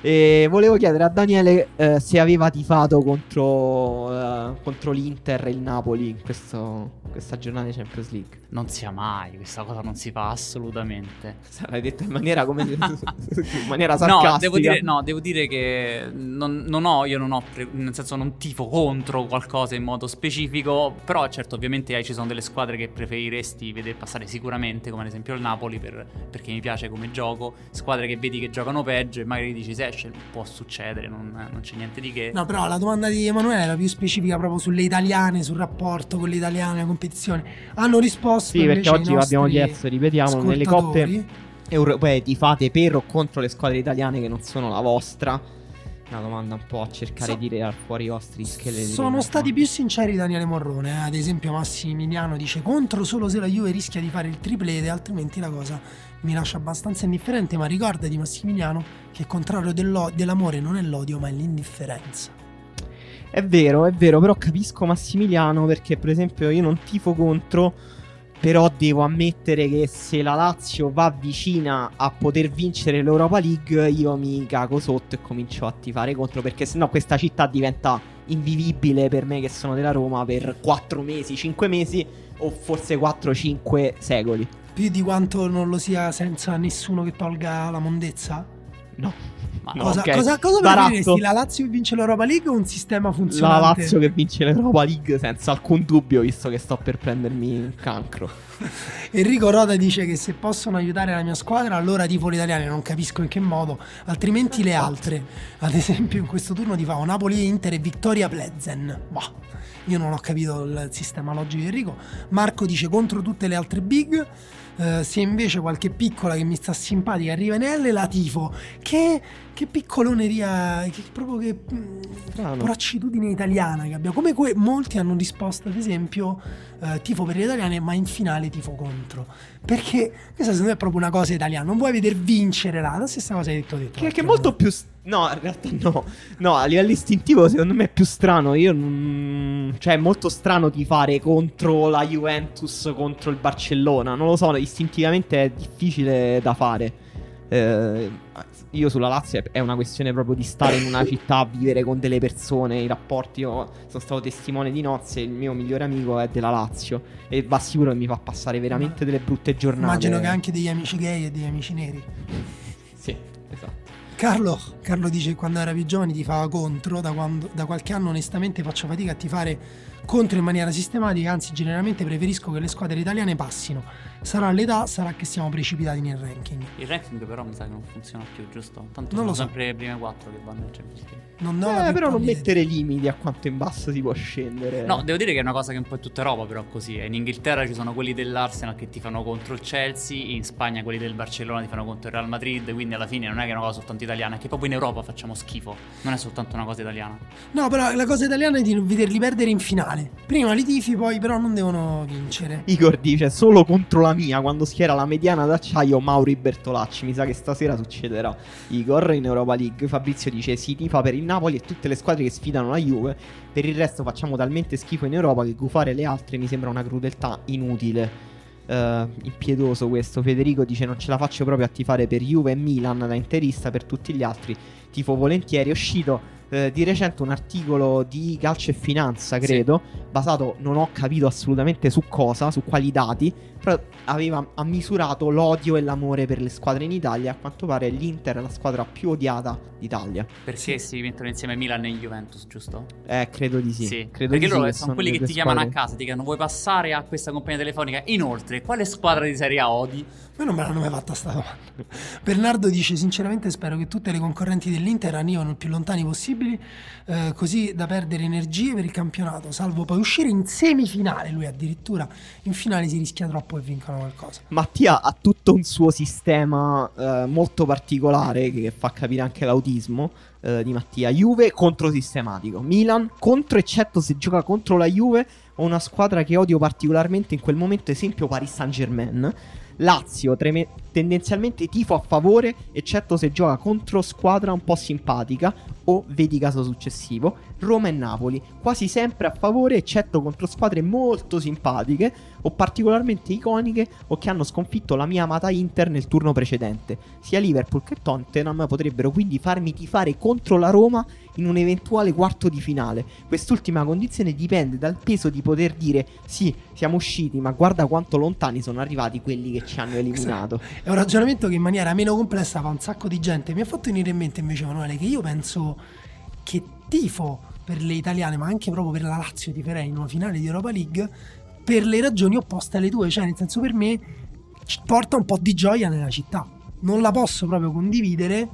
E volevo chiedere a Daniele eh, se aveva tifato contro, eh, contro l'Inter e il Napoli in questo, questa giornata di Champions League. Non sia mai, questa cosa non si fa assolutamente. L'hai detto in maniera come in maniera sarcastica. No, devo dire, no, devo dire che non, non ho, io non ho, pre- nel senso non tifo contro qualcosa in modo specifico, però certo ovviamente eh, ci sono delle squadre che preferiresti vedere passare sicuramente, come ad esempio il Napoli, per- perché mi piace come gioco, squadre che vedi che giocano peggio e magari dici, se riesce, può succedere, non, non c'è niente di che. No, però la domanda di Emanuele era più specifica proprio sulle italiane, sul rapporto con le italiane, la competizione. Hanno risposto Sì, perché invece oggi i nostri abbiamo chiesto, ripetiamo, nelle ascoltatori. coppe europee tifate per o contro le squadre italiane che non sono la vostra? Una domanda un po' a cercare So- di tirare fuori i vostri scheletri. Sono stati più sinceri Daniele Morrone, eh. Ad esempio Massimiliano dice contro solo se la Juve rischia di fare il triplete, altrimenti la cosa mi lascia abbastanza indifferente, ma ricordati Massimiliano che il contrario dello- dell'amore non è l'odio ma è l'indifferenza. È vero, è vero, però capisco Massimiliano perché per esempio io non tifo contro, però devo ammettere che se la Lazio va vicina a poter vincere l'Europa League io mi cago sotto e comincio a tifare contro, perché sennò questa città diventa invivibile per me che sono della Roma per quattro mesi, cinque mesi o forse quattro cinque secoli. Più di quanto non lo sia senza nessuno che tolga la mondezza? No. Ma No, Cosa, ok. cosa, cosa Baratto. preferiresti? La Lazio che vince l'Europa League o un sistema La funzionante? Lazio che vince l'Europa League senza alcun dubbio, visto che sto per prendermi un cancro. Enrico Roda dice che se possono aiutare la mia squadra allora tifo le italiane, non capisco in che modo, altrimenti le altre. Ad esempio in questo turno ti fa Napoli, Inter e Victoria Plezen. Bah, io non ho capito il sistema logico di Enrico. Marco dice contro tutte le altre big. Uh, se invece qualche piccola che mi sta simpatica arriva in L, la tifo. Che, che piccoloneria, che proprio che Strano. poraccitudine italiana che abbiamo. Come que- molti hanno risposto, ad esempio, uh, tifo per le italiane, ma in finale tifo contro. Perché questa secondo me è proprio una cosa italiana. Non vuoi vedere vincere là, la stessa cosa che hai detto. detto Che, che è molto più. s- No, in realtà no. No, a livello istintivo, secondo me è più strano. Io non. Cioè, è molto strano di fare contro la Juventus, contro il Barcellona. Non lo so, istintivamente è difficile da fare. Eh, io sulla Lazio è- è una questione proprio di stare in una città, vivere con delle persone, i rapporti. Io sono stato testimone di nozze. Il mio migliore amico è della Lazio. E va sicuro che mi fa passare veramente delle brutte giornate. Immagino che anche degli amici gay e degli amici neri. Sì, esatto. Carlo, Carlo dice che quando era più giovane tifava contro, da, quando, da qualche anno onestamente faccio fatica a tifare contro in maniera sistematica, anzi generalmente preferisco che le squadre italiane passino. Sarà l'età, sarà che siamo precipitati nel ranking. Il ranking però mi sa che non funziona più, giusto? Tanto Non sono lo so. sempre le prime quattro che vanno in Champions League. Non ne ho la Eh, più però non pallida mettere limiti a quanto in basso si può scendere. No, devo dire che è una cosa che un po' in tutta Europa però così è. In Inghilterra ci sono quelli dell'Arsenal che tifano contro il Chelsea, in Spagna quelli del Barcellona tifano contro il Real Madrid, quindi alla fine non è che è una cosa soltanto italiana, è che proprio in Europa facciamo schifo, non è soltanto una cosa italiana. No, però la cosa italiana è di non vederli perdere in finale. Prima li tifi, poi però non devono vincere. Igor dice solo contro la mia quando schiera la mediana d'acciaio Mauri Bertolacci. Mi sa che stasera succederà. Igor in Europa League. Fabrizio dice si tifa per il Napoli e tutte le squadre che sfidano la Juve. Per il resto facciamo talmente schifo in Europa che gufare le altre mi sembra una crudeltà inutile. Uh, impiedoso questo. Federico dice non ce la faccio proprio a tifare per Juve e Milan da interista, per tutti gli altri tifo volentieri. È uscito Uh, di recente un articolo di Calcio e Finanza, credo, sì, basato, non ho capito assolutamente su cosa, su quali dati, però aveva ha misurato l'odio e l'amore per le squadre in Italia. A quanto pare l'Inter è la squadra più odiata d'Italia. Perché si mettono insieme Milan e Juventus, giusto? Eh, credo di sì, Sì, credo perché di loro sì, sono quelli le che due ti chiamano a squadre. casa, ti chiedono vuoi passare a questa compagnia telefonica? Inoltre, quale squadra di Serie A odi? Ma non me l'hanno mai fatta sta domanda. Bernardo dice sinceramente spero che tutte le concorrenti dell'Inter arrivino il più lontani possibili, eh, così da perdere energie per il campionato, salvo poi uscire in semifinale. Lui addirittura in finale si rischia troppo che vincano qualcosa. Mattia ha tutto un suo sistema eh, molto particolare che fa capire anche l'autismo eh, di Mattia. Juve contro sistematico, Milan contro, eccetto se gioca contro la Juve o una squadra che odio particolarmente in quel momento, esempio Paris Saint-Germain. Lazio treme- tendenzialmente tifo a favore, eccetto se gioca contro squadra un po' simpatica o vedi caso successivo. Roma e Napoli quasi sempre a favore, eccetto contro squadre molto simpatiche o particolarmente iconiche o che hanno sconfitto la mia amata Inter nel turno precedente. Sia Liverpool che Tottenham potrebbero quindi farmi tifare contro la Roma in un eventuale quarto di finale. Quest'ultima condizione dipende dal peso di poter dire sì, siamo usciti, ma guarda quanto lontani sono arrivati quelli che ci hanno eliminato. È un ragionamento che in maniera meno complessa fa un sacco di gente. Mi ha fatto venire in mente invece, Emanuele, che io penso che tifo per le italiane, ma anche proprio per la Lazio tiferei in una finale di Europa League per le ragioni opposte alle tue. Cioè nel senso, per me ci porta un po' di gioia nella città. Non la posso proprio condividere,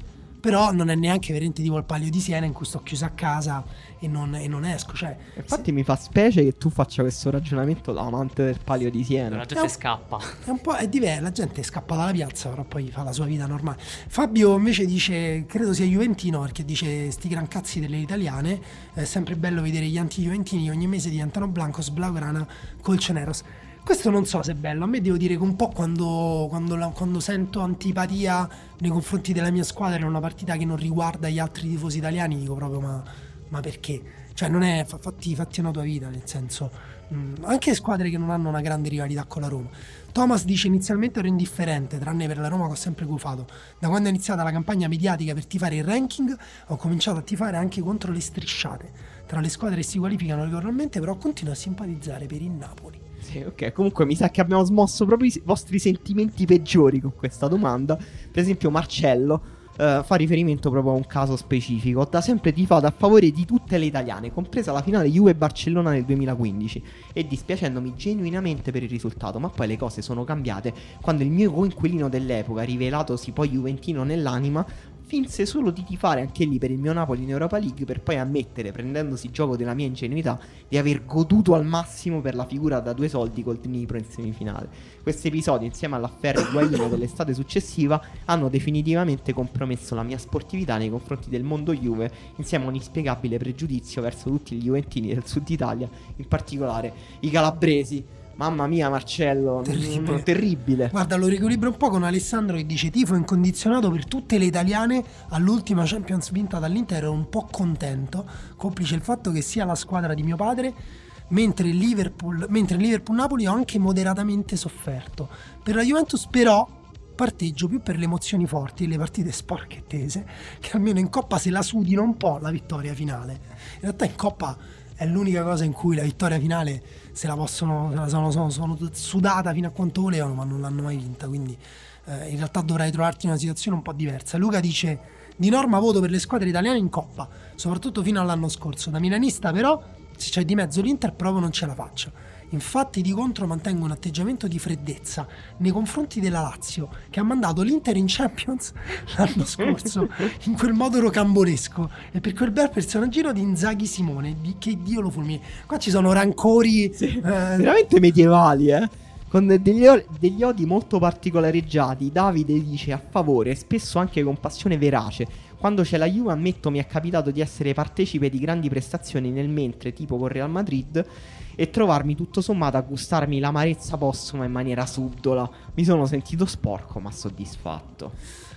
però non è neanche veramente tipo il Palio di Siena in cui sto chiuso a casa e non, e non esco, cioè Infatti se- mi fa specie che tu faccia questo ragionamento da amante del Palio di Siena. La È gente un- scappa. è un po' è diverso, la gente scappa dalla piazza però poi fa la sua vita normale. Fabio invece dice, credo sia juventino perché dice sti gran cazzi delle italiane, è sempre bello vedere gli anti-juventini che ogni mese diventano blancos, blaugrana, colchoneros. Questo non so se è bello, a me devo dire che un po' quando, quando, la- quando sento antipatia nei confronti della mia squadra in una partita che non riguarda gli altri tifosi italiani, dico proprio ma, ma perché? Cioè non è, fa- fatti, fatti una tua vita, nel senso, mh, anche squadre che non hanno una grande rivalità con la Roma. Thomas dice inizialmente ero indifferente, tranne per la Roma che ho sempre gufato. Da quando è iniziata la campagna mediatica per tifare il ranking ho cominciato a tifare anche contro le strisciate. Tra le squadre che si qualificano regolarmente però continuo a simpatizzare per il Napoli. Sì, ok, comunque mi sa che abbiamo smosso proprio i s- vostri sentimenti peggiori con questa domanda. Per esempio Marcello eh, fa riferimento proprio a un caso specifico. Ho da sempre tifato a favore di tutte le italiane, compresa la finale Juve-Barcellona nel duemilaquindici, e dispiacendomi genuinamente per il risultato, ma poi le cose sono cambiate quando il mio coinquilino dell'epoca, rivelatosi poi juventino nell'anima, finse solo di tifare anche lì per il mio Napoli in Europa League, per poi ammettere, prendendosi gioco della mia ingenuità, di aver goduto al massimo per la figura da due soldi col Dnipro in semifinale. Questi episodi, insieme all'affaire Higuain dell'estate successiva, hanno definitivamente compromesso la mia sportività nei confronti del mondo Juve, insieme a un inspiegabile pregiudizio verso tutti gli juventini del sud Italia, in particolare i calabresi. Mamma mia Marcello, Terribile. mm, terribile. Guarda, lo riequilibro un po' con Alessandro che dice tifo incondizionato per tutte le italiane, all'ultima Champions vinta dall'Inter ero un po' contento, complice il fatto che sia la squadra di mio padre, mentre il Liverpool, mentre il Liverpool-Napoli ho anche moderatamente sofferto. Per la Juventus però parteggio più per le emozioni forti e le partite sporche e tese, che almeno in Coppa se la sudino un po' la vittoria finale. In realtà in Coppa è l'unica cosa in cui la vittoria finale se la possono, se la sono, sono, sono sudata fino a quanto volevano, ma non l'hanno mai vinta, quindi eh, in realtà dovrai trovarti in una situazione un po' diversa. Luca dice: di norma voto per le squadre italiane in Coppa, soprattutto fino all'anno scorso. Da milanista però, se c'è di mezzo l'Inter, proprio non ce la faccio. Infatti di contro mantengo un atteggiamento di freddezza nei confronti della Lazio, che ha mandato l'Inter in Champions l'anno scorso in quel modo rocambolesco, e per quel bel personaggino di Inzaghi Simone, di che Dio lo fulmini. Qua ci sono rancori eh, Veramente medievali, eh. Con degli, o- degli odi molto particolareggiati. Davide dice a favore, spesso anche con passione verace. Quando c'è la Juve ammetto mi è capitato di essere partecipe di grandi prestazioni nel mentre, tipo con Real Madrid, e trovarmi tutto sommato a gustarmi l'amarezza postuma in maniera subdola. Mi sono sentito sporco ma soddisfatto.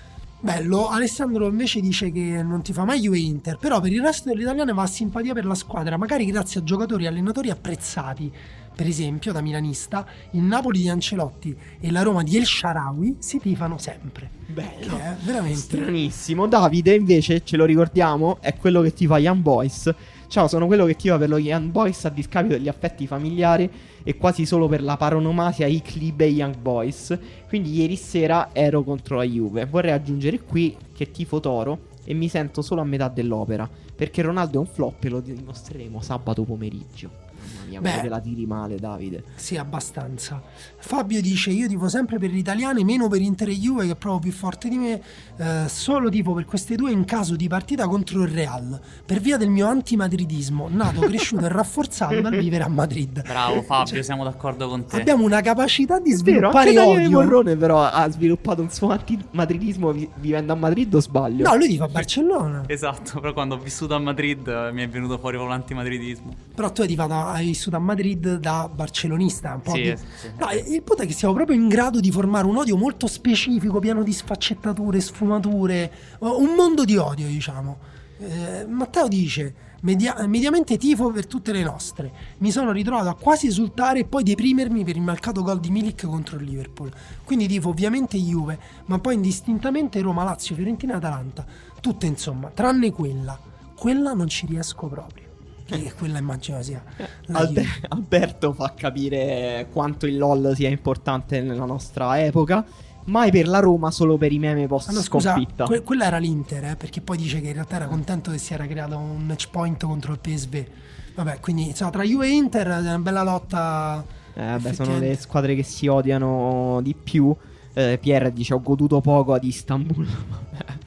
bello. Alessandro invece dice che non ti fa mai Juve Inter, però per il resto delle italiane va a simpatia per la squadra, magari grazie a giocatori e allenatori apprezzati. Per esempio, da milanista, il Napoli di Ancelotti e la Roma di El Shaarawy si tifano sempre. Bello. Che è veramente Stranissimo. Davide invece, ce lo ricordiamo, è quello che ti fa Young Boys. Ciao, sono quello che ti va per lo Young Boys a discapito degli affetti familiari e quasi solo per la paronomasia Iclibe Young Boys. Quindi ieri sera ero contro la Juve. Vorrei aggiungere qui che tifo Toro e mi sento solo a metà dell'opera, perché Ronaldo è un flop e lo dimostreremo sabato pomeriggio. Mamma mia, Beh. come te la tiri male, Davide. sì, abbastanza. Fabio dice: io tifo sempre per gli italiani, meno per Inter e Juve che è proprio più forte di me, eh, solo tifo per queste due in caso di partita contro il Real, per via del mio antimadridismo, nato, cresciuto e rafforzato dal vivere a Madrid. Bravo Fabio, siamo d'accordo con te. Abbiamo una capacità di Vero, anche sviluppare Daniele odio. Morrone però ha sviluppato un suo antimadridismo vi- vivendo a Madrid, o sbaglio? No, lui tifa a Barcellona. Esatto, però quando ho vissuto a Madrid eh, mi è venuto fuori con l'antimadridismo. Però tu hai tifato, hai vissuto a Madrid da barcellonista un po' Sì, di... sì, sì. No, il punto è che siamo proprio in grado di formare un odio molto specifico, pieno di sfaccettature, sfumature, un mondo di odio, diciamo. Eh, Matteo dice: "Media- mediamente tifo per tutte le nostre. Mi sono ritrovato a quasi esultare e poi deprimermi per il mancato gol di Milik contro il Liverpool. Quindi tifo ovviamente Juve, ma poi indistintamente Roma, Lazio, Fiorentina e Atalanta. Tutte insomma, tranne quella. Quella non ci riesco proprio." Che quella immagino sia la Albe- Juve. Alberto fa capire quanto il LOL sia importante nella nostra epoca. Mai per la Roma, solo per i meme post Ah, no, scusa, sconfitta. que- quella era l'Inter, eh, perché poi dice che in realtà era contento che si era creato un match point contro il P S V. Vabbè, quindi insomma, tra Juve e Inter è una bella lotta. Eh, vabbè, sono effettivamente. le squadre che si odiano di più. Eh, Pierre dice: ho goduto poco ad Istanbul. Vabbè.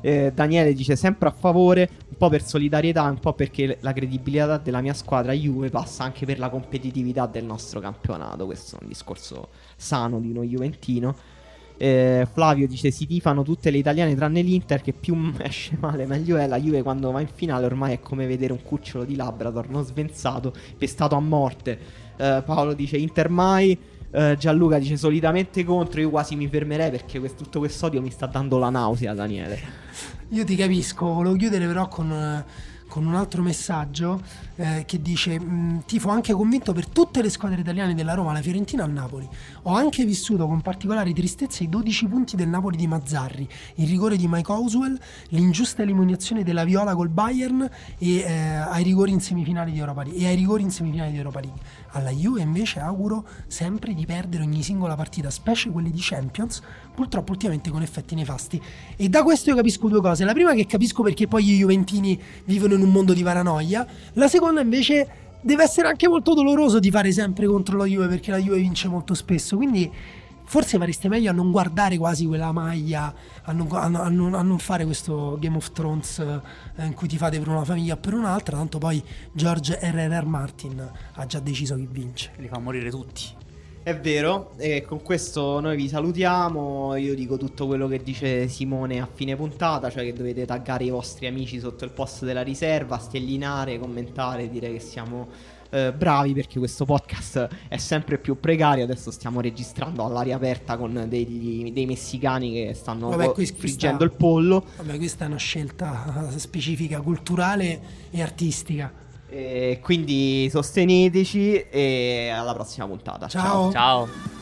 Eh, Daniele dice sempre a favore, un po' per solidarietà, un po' perché la credibilità della mia squadra Juve passa anche per la competitività del nostro campionato. Questo è un discorso sano di uno juventino. eh, Flavio dice si tifano tutte le italiane tranne l'Inter, che più esce male meglio è. La Juve quando va in finale ormai è come vedere un cucciolo di Labrador non svenzato, pestato a morte. eh, Paolo dice Inter mai. Uh, Gianluca dice solitamente contro. Io quasi mi fermerei perché questo, tutto questo odio mi sta dando la nausea, Daniele. Io ti capisco, volevo chiudere però con, con un altro messaggio eh, che dice mh, tifo anche convinto per tutte le squadre italiane, della Roma, la Fiorentina, al Napoli. Ho anche vissuto con particolare tristezza i dodici punti del Napoli di Mazzarri, il rigore di Mike Oswell, l'ingiusta eliminazione della Viola col Bayern e eh, ai rigori in semifinale di Europa League, e ai rigori in semifinale di Europa League. Alla Juve invece auguro sempre di perdere ogni singola partita, specie quelle di Champions, purtroppo ultimamente con effetti nefasti. E da questo io capisco due cose. La prima, che capisco perché poi i juventini vivono in un mondo di paranoia. La seconda invece, deve essere anche molto doloroso di fare sempre contro la Juve, perché la Juve vince molto spesso, quindi forse fareste meglio a non guardare quasi quella maglia, a non, a non, a non fare questo Game of Thrones eh, in cui ti fate per una famiglia o per un'altra, tanto poi George R R. Martin ha già deciso chi vince. Li fa morire tutti. È vero, e con questo noi vi salutiamo. Io dico tutto quello che dice Simone a fine puntata, cioè che dovete taggare i vostri amici sotto il post della riserva, stellinare, commentare, dire che siamo eh, bravi, perché questo podcast è sempre più precario. Adesso stiamo registrando all'aria aperta con degli, dei messicani che stanno Vabbè, po- questa- friggendo il pollo. Vabbè, questa è una scelta specifica, culturale e artistica. E quindi sosteneteci e alla prossima puntata. Ciao. Ciao.